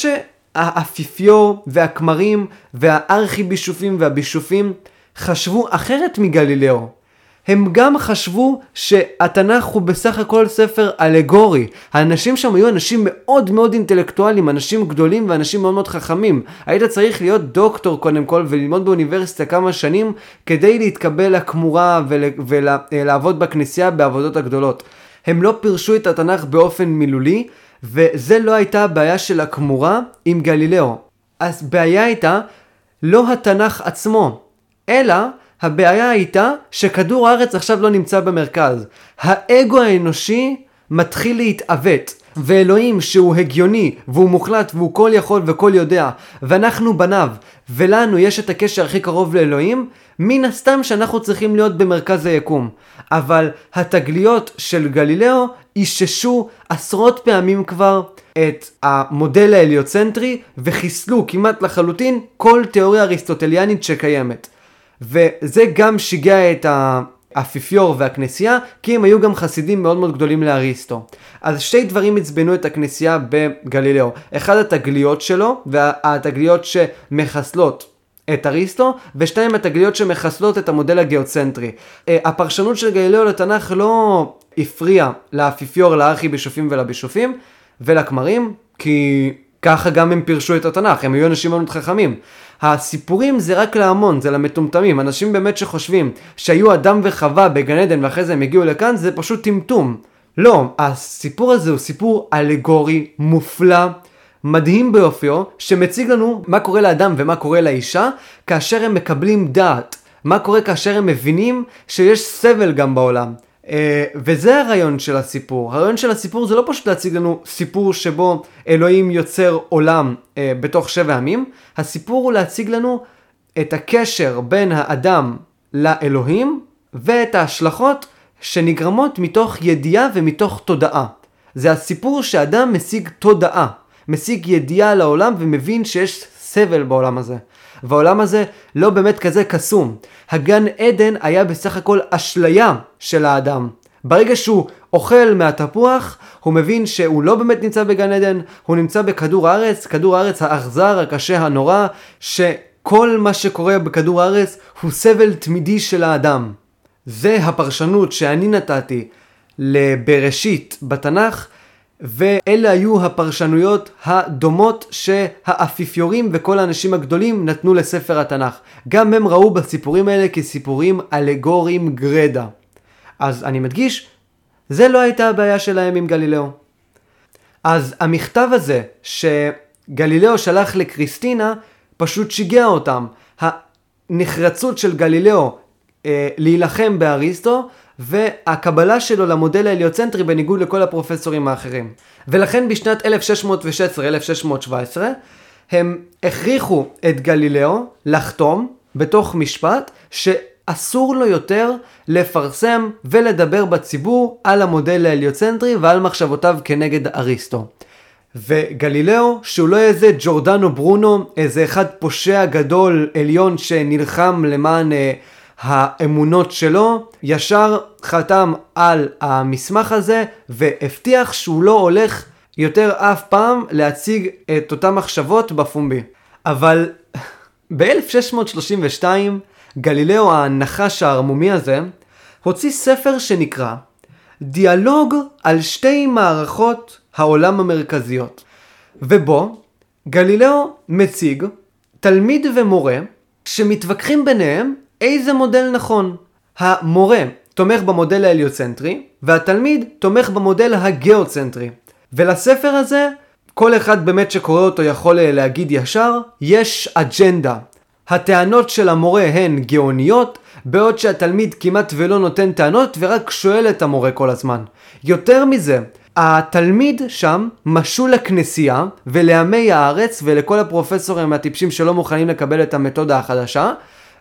שהאפיפיור והכמרים והארכי בישופים והבישופים חשבו אחרת מגלילאו. הם גם חשבו שהתנ"ך הוא בסך הכל ספר אלגורי. האנשים שם היו אנשים מאוד מאוד אינטלקטואלים, אנשים גדולים ואנשים מאוד מאוד חכמים. היית צריך להיות דוקטור קודם כל וללמוד באוניברסיטה כמה שנים כדי להתקבל לכמורה ולעבוד בכנסייה בעבודות הגדולות. הם לא פירשו את התנ"ך באופן מילולי, וזה לא הייתה הבעיה של הכמורה עם גלילאו. אז בעיה הייתה לא התנ"ך עצמו, אלא הבעיה הייתה שכדור הארץ עכשיו לא נמצא במרכז. האגו האנושי מתחיל להתעוות, ואלוהים שהוא הגיוני והוא מוחלט והוא כל יכול וכל יודע, ואנחנו בניו, ולנו יש את הקשר הכי קרוב לאלוהים, מן הסתם שאנחנו צריכים להיות במרכז היקום. אבל התגליות של גלילאו איששו עשרות פעמים כבר את המודל ההליוצנטרי וחיסלו כמעט לחלוטין כל תיאוריה אריסטוטליאנית שקיימת. וזה גם שיגע את האפיפיור והכנסייה, כי הם היו גם חסידים מאוד מאוד גדולים לאריסטו. אז שתי דברים הצבנו את הכנסייה בגלילאו. אחד, התגליות שלו, והתגליות שמחסלות את אריסטו, ושתיים, התגליות שמחסלות את המודל הגיאוצנטרי. הפרשנות של גלילאו לתנ"ך לא הפריעה לאפיפיור, לארכיבישופים ולבישופים ולכמרים, כי ככה גם הם פירשו את התנ"ך, הם היו אנשים מאוד חכמים. הסיפורים זה רק להמון, זה למטומטמים, אנשים באמת שחושבים שהיו אדם וחווה בגן עדן ואחרי זה הם הגיעו לכאן, זה פשוט טמטום. לא, הסיפור הזה הוא סיפור אלגורי, מופלא, מדהים ביופיו, שמציג לנו מה קורה לאדם ומה קורה לאישה, כאשר הם מקבלים דעת, מה קורה כאשר הם מבינים שיש סבל גם בעולם. וזה הרעיון של הסיפור. הרעיון של הסיפור זה לא פשוט להציג לנו סיפור שבו אלוהים יוצר עולם בתוך שבע ימים. הסיפור הוא להציג לנו את הקשר בין האדם לאלוהים ואת ההשלכות שנגרמות מתוך ידיעה ומתוך תודעה. זה הסיפור שאדם משיג תודעה, משיג ידיעה לעולם ומבין שיש סבל בעולם הזה. והעולם הזה לא באמת כזה קסום. הגן עדן היה בסך הכל אשליה של האדם. ברגע שהוא אוכל מהתפוח, הוא מבין שהוא לא באמת נמצא בגן עדן, הוא נמצא בכדור הארץ, כדור הארץ האכזר, הקשה, הנורא, שכל מה שקורה בכדור הארץ הוא סבל תמידי של האדם. זה הפרשנות שאני נתתי לבראשית בתנ"ך, ואלה היו הפרשנויות הדומות שהאפיפיורים וכל האנשים הגדולים נתנו לספר התנ"ך. גם הם ראו בסיפורים האלה כסיפורים אלגוריים גרדה. אז אני מדגיש, זה לא הייתה הבעיה שלהם עם גלילאו. אז המכתב הזה שגלילאו שלח לקריסטינה פשוט שיגע אותם. הנחרצות של גלילאו אה, להילחם באריסטו, והקבלה שלו למודל ההליוצנטרי בניגוד לכל הפרופסורים האחרים. ולכן בשנת אלף שש מאות ושש עשרה אלף שש מאות שבע עשרה הם הכריחו את גלילאו לחתום בתוך משפט שאסור לו יותר לפרסם ולדבר בציבור על המודל ההליוצנטרי ועל מחשבותיו כנגד אריסטו. וגלילאו, שהוא לא איזה ג'ורדנו ברונו, איזה אחד פושע גדול עליון שנלחם למען האמונות שלו, ישר חתם על המסמך הזה והבטיח שהוא לא הולך יותר אף פעם להציג את אותם מחשבות בפומבי. אבל ב-אלף שש מאות שלושים ושתיים גלילאו הנחש הערמומי הזה הוציא ספר שנקרא דיאלוג על שתי מערכות העולם המרכזיות, ובו גלילאו מציג תלמיד ומורה שמתווכחים ביניהם איזה מודל נכון. המורה תומך במודל ההליוצנטרי, והתלמיד תומך במודל הגיאוצנטרי. ולספר הזה, כל אחד באמת שקורא אותו יכול להגיד ישר, יש אג'נדה. הטענות של המורה הן גאוניות, בעוד שהתלמיד כמעט ולא נותן טענות ורק שואל את המורה כל הזמן. יותר מזה, התלמיד שם משול לכנסייה ולעמי הארץ ולכל הפרופסורים הטיפשים שלא מוכנים לקבל את המתודה החדשה,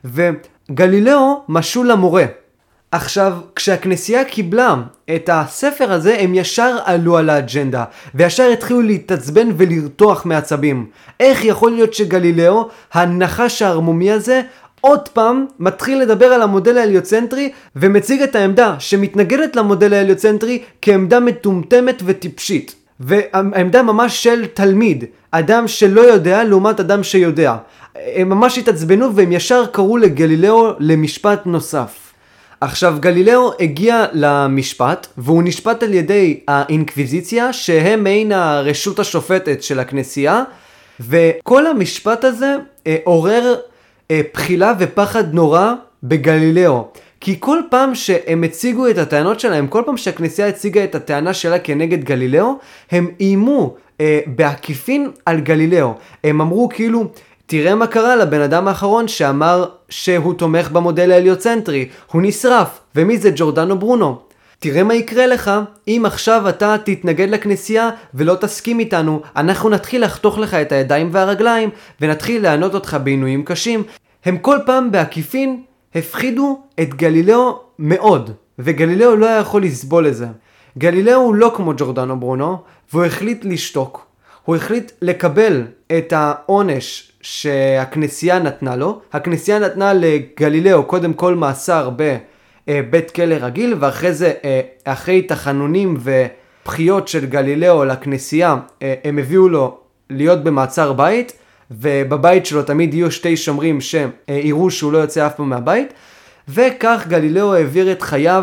וגלילאו משול למורה. עכשיו, כשהכנסייה קיבלה את הספר הזה, הם ישר עלו על האג'נדה, וישר התחילו להתעצבן ולרתוח מעצבים. איך יכול להיות שגלילאו, הנחש הערמומי הזה, עוד פעם מתחיל לדבר על המודל ההליוצנטרי, ומציג את העמדה שמתנגדת למודל ההליוצנטרי כעמדה מטומטמת וטיפשית. והעמדה ממש של תלמיד, אדם שלא יודע לעומת אדם שיודע. הם ממש התעצבנו והם ישר קראו לגלילאו למשפט נוסף. עכשיו גלילאו הגיע למשפט, והוא נשפט על ידי האינקוויזיציה, שהם מעין הרשות השופטת של הכנסייה, וכל המשפט הזה אה, עורר אה, בחילה ופחד נורא בגלילאו. כי כל פעם שהם הציגו את הטענות שלהם, כל פעם שהכנסייה הציגה את הטענה שלה כנגד גלילאו, הם איימו אה, בעקיפין על גלילאו. הם אמרו כאילו, תראה מה קרה לבן אדם האחרון שאמר שהוא תומך במודל ההליוצנטרי, הוא נשרף, ומי זה? ג'ורדנו ברונו. תראה מה יקרה לך אם עכשיו אתה תתנגד לכנסייה ולא תסכים איתנו, אנחנו נתחיל לחתוך לך את הידיים והרגליים ונתחיל לענות אותך בעינויים קשים. הם כל פעם בעקיפין הפחידו את גלילאו מאוד, וגלילאו לא היה יכול לסבול את זה. גלילאו הוא לא כמו ג'ורדנו ברונו, והוא החליט לשתוק. הוא החליט לקבל את העונש שהכנסייה נתנה לו. הכנסייה נתנה לגלילאו קודם כל מאסר בבית כלא רגיל, ואחרי זה, אחרי תחנונים ובחיות של גלילאו לכנסייה, הם הביאו לו להיות במעצר בית, ובבית שלו תמיד יהיו שתי שומרים שיראו שהוא לא יוצא אף פעם מהבית, וכך גלילאו העביר את חייו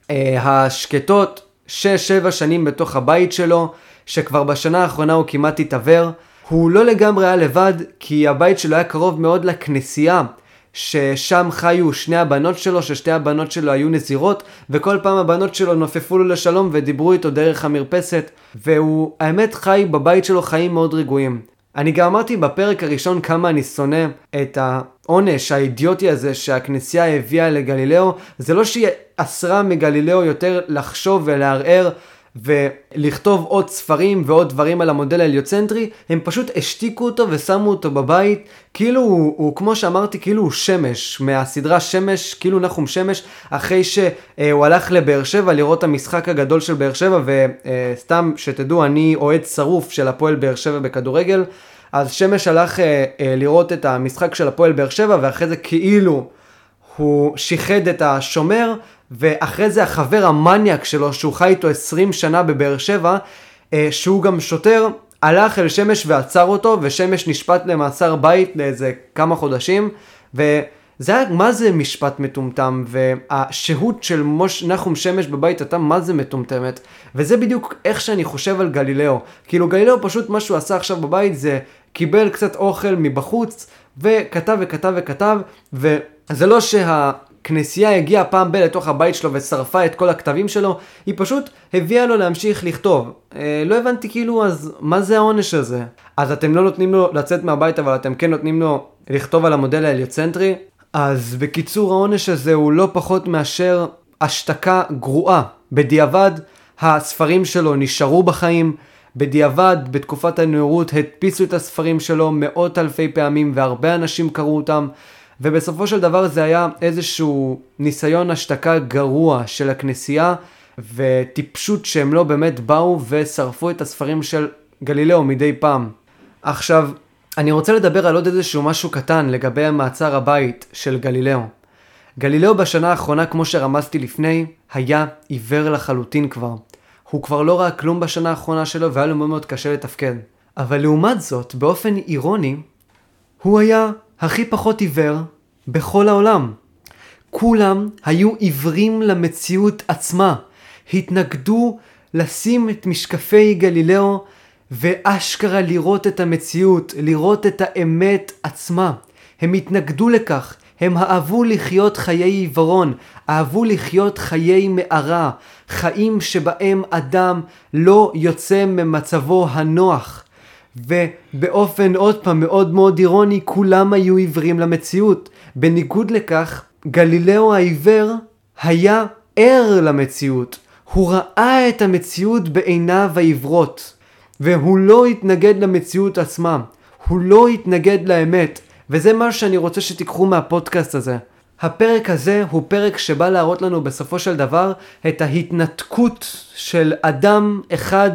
השקטות שש שבע שנים בתוך הבית שלו, שכבר בשנה האחרונה הוא כמעט התעבר. הוא לא לגמרי היה לבד, כי הבית שלו היה קרוב מאוד לכנסייה, ששם חיו שני הבנות שלו, ששתי הבנות שלו היו נזירות, וכל פעם הבנות שלו נופפו לו לשלום ודיברו איתו דרך המרפסת, והוא האמת חי בבית שלו חיים מאוד רגועים. אני גם אמרתי בפרק הראשון כמה אני שונא את העונש האידיוטי הזה שהכנסייה הביאה לגלילאו. זה לא שהיא אסרה מגלילאו יותר לחשוב ולערער ולכתוב עוד ספרים ועוד דברים על המודל ההליוצנטרי, הם פשוט השתיקו אותו ושמו אותו בבית, כאילו הוא, הוא כמו שאמרתי, כאילו הוא שמש, מהסדרה שמש, כאילו נחום שמש, אחרי שהוא הלך לבאר שבע לראות את המשחק הגדול של באר שבע, וסתם שתדעו, אני אוהד שרוף של הפועל באר שבע בכדורגל, אז שמש הלך לראות את המשחק של הפועל באר שבע, ואחרי זה כאילו הוא שיחד את השומר, ואחרי זה החבר המניאק שלו, שהוא חי איתו עשרים שנה בבאר שבע, שהוא גם שוטר, הלך אל שמש ועצר אותו, ושמש נשפט למאסר בית לאיזה כמה חודשים, וזה היה, מה זה משפט מטומטם, והשהות של מוש, נחום שמש בבית הייתה מה זה מטומטמת, וזה בדיוק איך שאני חושב על גלילאו. כאילו גלילאו פשוט מה שהוא עשה עכשיו בבית זה קיבל קצת אוכל מבחוץ, וכתב וכתב וכתב, וזה לא שה... כנסייה הגיעה פעם ב לתוך הבית שלו ושרפה את כל הכתבים שלו, היא פשוט הביאה לו להמשיך לכתוב. אה, לא הבנתי כאילו, אז מה זה העונש הזה? אז אתם לא נותנים לו לצאת מהבית, אבל אתם כן נותנים לו לכתוב על המודל ההליוצנטרי? אז בקיצור, העונש הזה הוא לא פחות מאשר השתקה גרועה. בדיעבד, הספרים שלו נשארו בחיים, בדיעבד, בתקופת הנאורות, הדפיסו את הספרים שלו מאות אלפי פעמים, והרבה אנשים קראו אותם, ובסופו של דבר זה היה איזשהו ניסיון השתקה גרוע של הכנסייה, וטיפשות שהם לא באמת באו ושרפו את הספרים של גלילאו מדי פעם. עכשיו, אני רוצה לדבר על עוד איזשהו משהו קטן לגבי המעצר הבית של גלילאו. גלילאו בשנה האחרונה, כמו שרמזתי לפני, היה עיוור לחלוטין כבר. הוא כבר לא ראה כלום בשנה האחרונה שלו, והיה לו מאוד מאוד קשה לתפקד. אבל לעומת זאת, באופן אירוני, הוא היה הכי פחות עיוור בכל העולם. כולם היו עיוורים למציאות עצמה. התנגדו לשים את משקפי גלילאו ואשכרה לראות את המציאות, לראות את האמת עצמה. הם התנגדו לכך. הם אהבו לחיות חיי עיוורון, אהבו לחיות חיי מערה, חיים שבהם אדם לא יוצא ממצבו הנוח. ובאופן עוד פעם מאוד מאוד אירוני, כולם היו עיוורים למציאות. בניגוד לכך, גלילאו העיוור היה ער למציאות. הוא ראה את המציאות בעיניו העיוורות, והוא לא התנגד למציאות עצמה. הוא לא התנגד לאמת, וזה מה שאני רוצה שתיקחו מהפודקאסט הזה. הפרק הזה הוא פרק שבא להראות לנו בסופו של דבר את ההתנתקות של אדם אחד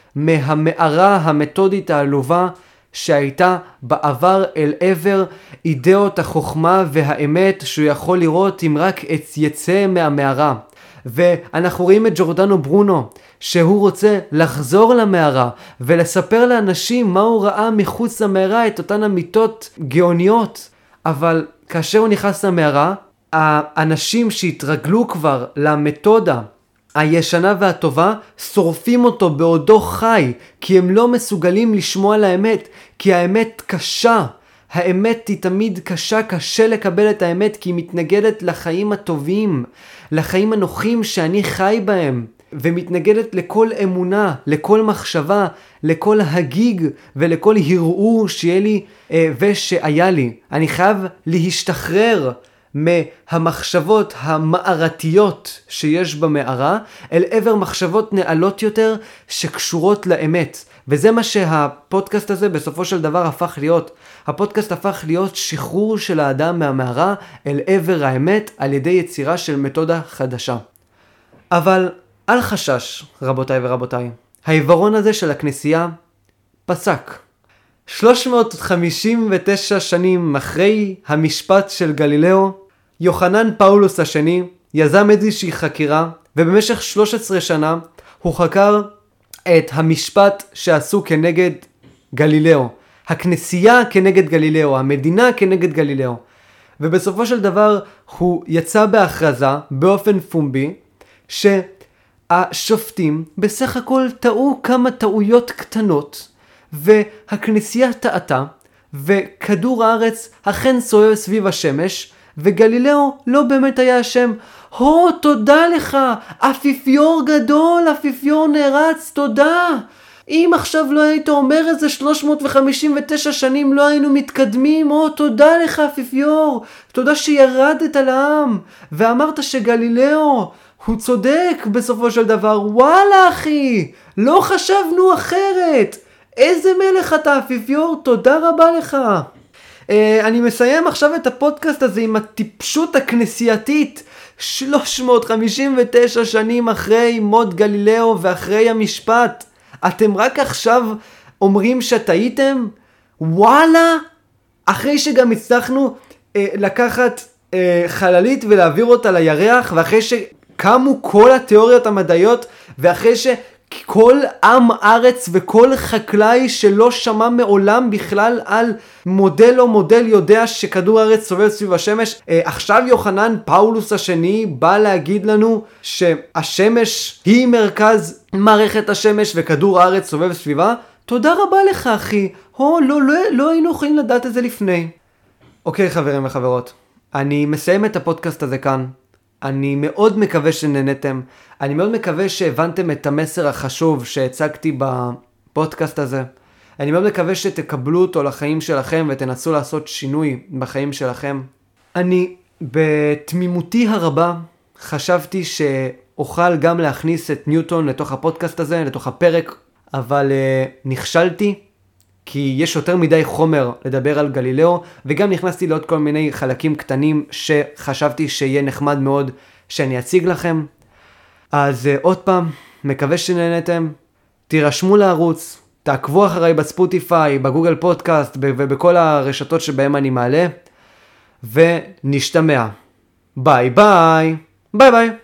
מהמערה המתודית העלובה שהייתה בעבר אל עבר אידאות החוכמה והאמת שהוא יכול לראות אם רק יצא מהמערה. ואנחנו רואים את ג'ורדנו ברונו שהוא רוצה לחזור למערה ולספר לאנשים מה הוא ראה מחוץ למערה, את אותן אמיתות גאוניות. אבל כאשר הוא נכנס למערה, האנשים שהתרגלו כבר למתודה הישנה והטובה, שורפים אותו בעודו חי, כי הם לא מסוגלים לשמוע על האמת, כי האמת קשה. האמת היא תמיד קשה, קשה לקבל את האמת, כי היא מתנגדת לחיים הטובים, לחיים הנוחים שאני חי בהם, ומתנגדת לכל אמונה, לכל מחשבה, לכל הגיג ולכל הרהור שיהיה לי אה, ושהיה לי. אני חייב להשתחרר מהמחשבות המערתיות שיש במערה, אל עבר מחשבות נעלות יותר שקשורות לאמת. וזה מה שהפודקאסט הזה בסופו של דבר הפך להיות. הפודקאסט הפך להיות שחרור של האדם מהמערה אל עבר האמת על ידי יצירה של מתודה חדשה. אבל אל חשש, רבותיי ורבותיי. העיוורון הזה של הכנסייה פסק. שלוש מאות חמישים ותשע שנים אחרי המשפט של גלילאו, יוחנן פאולוס השני יזם איזושהי חקירה, ובמשך שלוש עשרה שנה הוא חקר את המשפט שעשו כנגד גלילאו. הכנסייה כנגד גלילאו, המדינה כנגד גלילאו. ובסופו של דבר הוא יצא בהכרזה באופן פומבי, שהשופטים בסך הכל טעו כמה טעויות קטנות, והכנסייה טעתה, וכדור הארץ אכן סובב סביב השמש, וגלילאו לא באמת היה השם. הו, תודה לך, אפיפיור גדול, אפיפיור נערץ, תודה. אם עכשיו לא היית אומר איזה שלוש מאות וחמישים ותשע שנים לא היינו מתקדמים. הו, תודה לך אפיפיור, תודה שירדת לעם, ואמרת שגלילאו הוא צודק בסופו של דבר. וואלה אחי, לא חשבנו אחרת. איזה מלך אתה אפיפיור, תודה רבה לך. Uh, אני מסיים עכשיו את הפודקאסט הזה עם הטיפשות הכנסייתית. שלוש מאות חמישים ותשע שנים אחרי מות גלילאו ואחרי המשפט, אתם רק עכשיו אומרים שטעיתם? וואלה, אחרי שגם הצלחנו uh, לקחת uh, חללית ולהעביר אותה לירח, ואחרי שקמו כל התיאוריות המדעיות, ואחרי ש... כל עם ארץ וכל חקלאי שלא שמע מעולם בכלל על מודל או מודל יודע שכדור הארץ סובב סביב השמש, עכשיו יוחנן פאולוס השני בא להגיד לנו שהשמש היא מרכז מערכת השמש וכדור הארץ סובב סביבה. תודה רבה לך אחי. הו, לא, לא, לא היינו יכולים לדעת את זה לפני. אוקיי חברים וחברות, אני מסיים את הפודקאסט הזה כאן. אני מאוד מקווה שנהנתם, אני מאוד מקווה שהבנתם את המסר החשוב שהצגתי בפודקאסט הזה. אני מאוד מקווה שתקבלו אותו לחיים שלכם ותנסו לעשות שינוי בחיים שלכם. אני בתמימותי הרבה חשבתי שאוכל גם להכניס את ניוטון לתוך הפודקאסט הזה, לתוך הפרק, אבל uh, נכשלתי. כי יש יותר מדי חומר לדבר על גלילאו, וגם נכנסתי לעוד כל מיני חלקים קטנים שחשבתי שיהיה נחמד מאוד שאני אציג לכם. אז uh, עוד פעם, מקווה שנהנתם, תירשמו לערוץ, תעקבו אחריי בספוטיפיי, בגוגל פודקאסט ובכל הרשתות שבהם אני מעלה, ונשתמע. ביי ביי. ביי ביי.